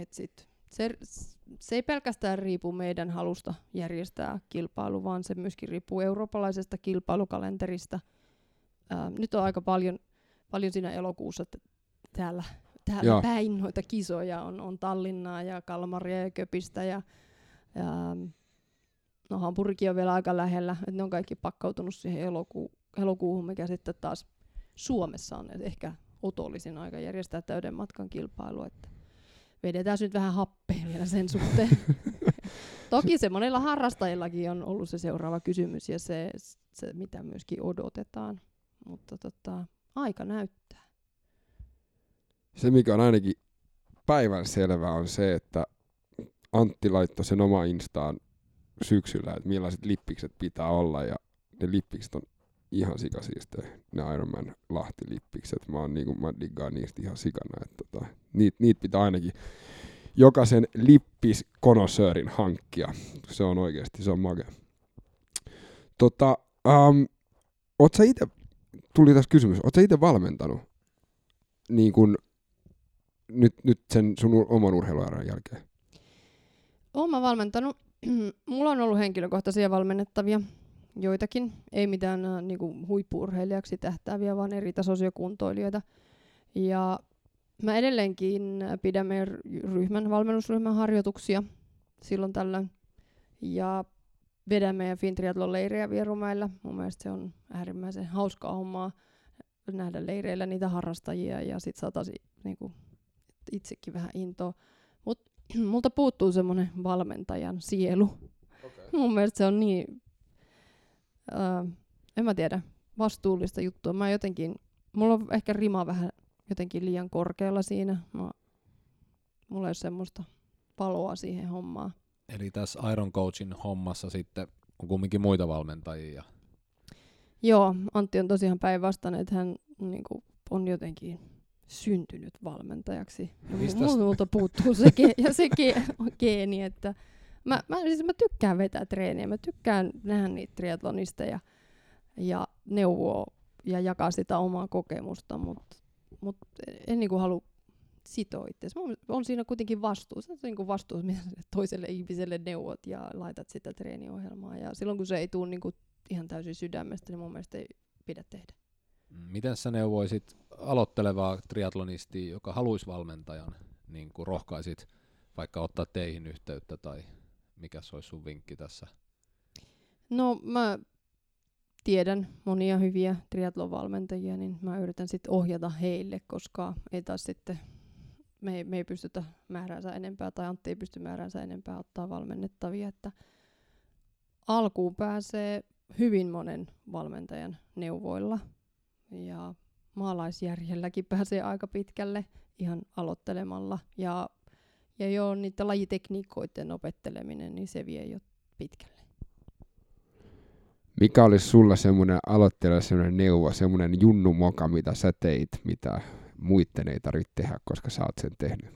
Se ei pelkästään riipu meidän halusta järjestää kilpailu, vaan se myöskin riippuu eurooppalaisesta kilpailukalenterista. Nyt on aika paljon siinä elokuussa täällä päin noita kisoja. On Tallinnaa ja Kalmaria ja Köpistä ja Hamburgia on vielä aika lähellä. Et ne on kaikki pakkautunut siihen elokuuhun, mikä sitten taas Suomessa on ehkä otollisin aika järjestää täyden matkan kilpailu. Että vedetään nyt vähän happea vielä sen suhteen. Toki se monilla harrastajillakin on ollut se seuraava kysymys ja se mitä myöskin odotetaan. Mutta aika näyttää. Se, mikä on ainakin päivän selvää, on se, että Antti laittoi sen oma Instaan syksyllä, että millaiset lippikset pitää olla, ja ne lippikset on ihan sikasiistejä, ne Ironman Lahti-lippikset. Mä diggaan niistä ihan sikana, että niitä pitää ainakin jokaisen lippiskonnoisseurin hankkia. Se on oikeasti, se on makea. Oot sä ite, tuli tässä kysymys, oot sä ite valmentanut niin kun, nyt sen sun oman urheiluajan jälkeen? Oon mä valmentanut. Mulla on ollut henkilökohtaisia valmennettavia, joitakin. Ei mitään niinku huippu-urheilijaksi tähtääviä, vaan eri tasoisia kuntoilijoita. Ja mä edelleenkin pidän meidän valmennusryhmän harjoituksia silloin tällöin. Ja vedän meidän Fintriathlon-leirejä Vierumäellä. Mun mielestä se on äärimmäisen hauskaa hommaa nähdä leireillä niitä harrastajia ja sit saatasi niinku itsekin vähän intoa. Multa puuttuu semmoinen valmentajan sielu. Okay. Mun mielestä se on niin, en mä tiedä, vastuullista juttua. Mulla on ehkä rima vähän jotenkin liian korkealla siinä. Mulla ei ole semmoista paloa siihen hommaan. Eli tässä Iron Coachin hommassa sitten on kumminkin muita valmentajia. Joo, Antti on tosiaan päinvastainen, että hän niinku, on jotenkin syntynyt valmentajaksi. Multa puuttuu se geeni, että mä tykkään vetää treeniä, mä tykkään nähdä niitä triathlonisteja ja neuvoa ja jakaa sitä omaa kokemusta, mutta en niinku halua sitoa itseäsi. On siinä kuitenkin vastuu. Se on niinku vastuu, mitä toiselle ihmiselle neuvot ja laitat sitä treeniohjelmaa. Ja silloin kun se ei tule niinku ihan täysin sydämestä, niin mun mielestä ei pidä tehdä. Miten sä neuvoisit aloittelevaa triathlonistia, joka haluaisi valmentajan, niin kuin rohkaisit vaikka ottaa teihin yhteyttä, tai mikä se olisi sun vinkki tässä? No mä tiedän monia hyviä triathlon-valmentajia, niin mä yritän sitten ohjata heille, koska ei taas sitten, me ei pystytä määräänsä enempää, tai Antti ei pysty määräänsä enempää ottaa valmennettavia, että alkuun pääsee hyvin monen valmentajan neuvoilla, ja maalaisjärjelläkin pääsee aika pitkälle ihan aloittelemalla, ja jo niiden lajitekniikoiden opetteleminen, niin se vie jo pitkälle. Mikä olisi sulla semmoinen aloitteella semmoinen neuvo, semmoinen junnumoka, mitä sä teit, mitä muiden ei tarvitse tehdä, koska sä oot sen tehnyt?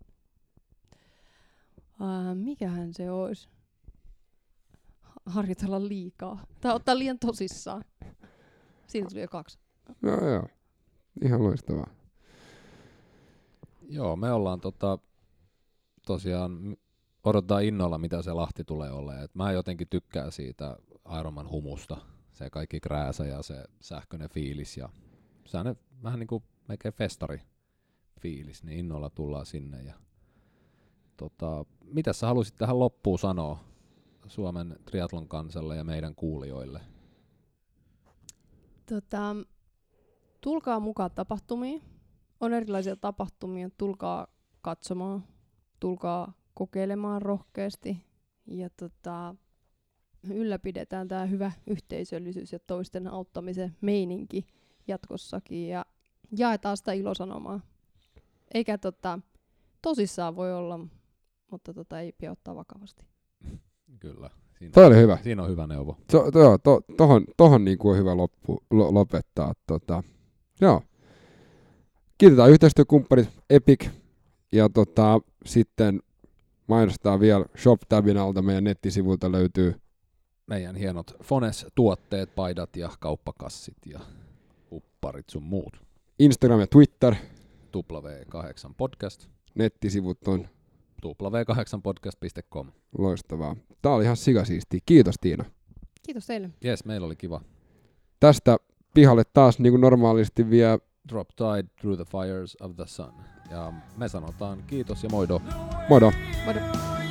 Mikähän se olisi? Harjoitella liikaa. Tai ottaa liian tosissaan. Siinä tuli jo 2. Joo. Ihan loistavaa. Joo, me ollaan tosiaan odotetaan innolla, mitä se Lahti tulee olemaan. Mä jotenkin tykkään siitä Ironman humusta. Se kaikki krääsä ja se sähköinen fiilis ja sehän vähän niin kuin melkein festari fiilis, niin innolla tullaan sinne. Ja mitä sä haluaisit tähän loppuun sanoa Suomen triathlon kansalle ja meidän kuulijoille? Tulkaa mukaan tapahtumiin. On erilaisia tapahtumia. Tulkaa katsomaan. Tulkaa kokeilemaan rohkeasti. Ja ylläpidetään tämä hyvä yhteisöllisyys ja toisten auttamisen meininki jatkossakin. Ja jaetaan sitä ilosanomaa. Eikä tosissaan voi olla, mutta ei pidä ottaa vakavasti. Kyllä. Tämä oli hyvä. Siinä on hyvä neuvo. Tohon niin kuin on hyvä lopettaa. Joo. Kiitetään yhteistyökumppanit Epic. Ja sitten mainostetaan vielä ShopTabin alta. Meidän nettisivuilta löytyy meidän hienot Fones-tuotteet, paidat ja kauppakassit ja upparit sun muut. Instagram ja Twitter. W8 Podcast. Nettisivut on w8podcast.com. Loistavaa. Tää oli ihan sikasiistiä. Kiitos Tiina. Kiitos teille. Jes, meillä oli kiva. Tästä pihalle taas niin kuin normaalisti vie Drop Tide Through the Fires of the Sun. Ja me sanotaan kiitos ja moido. Moido. Moido.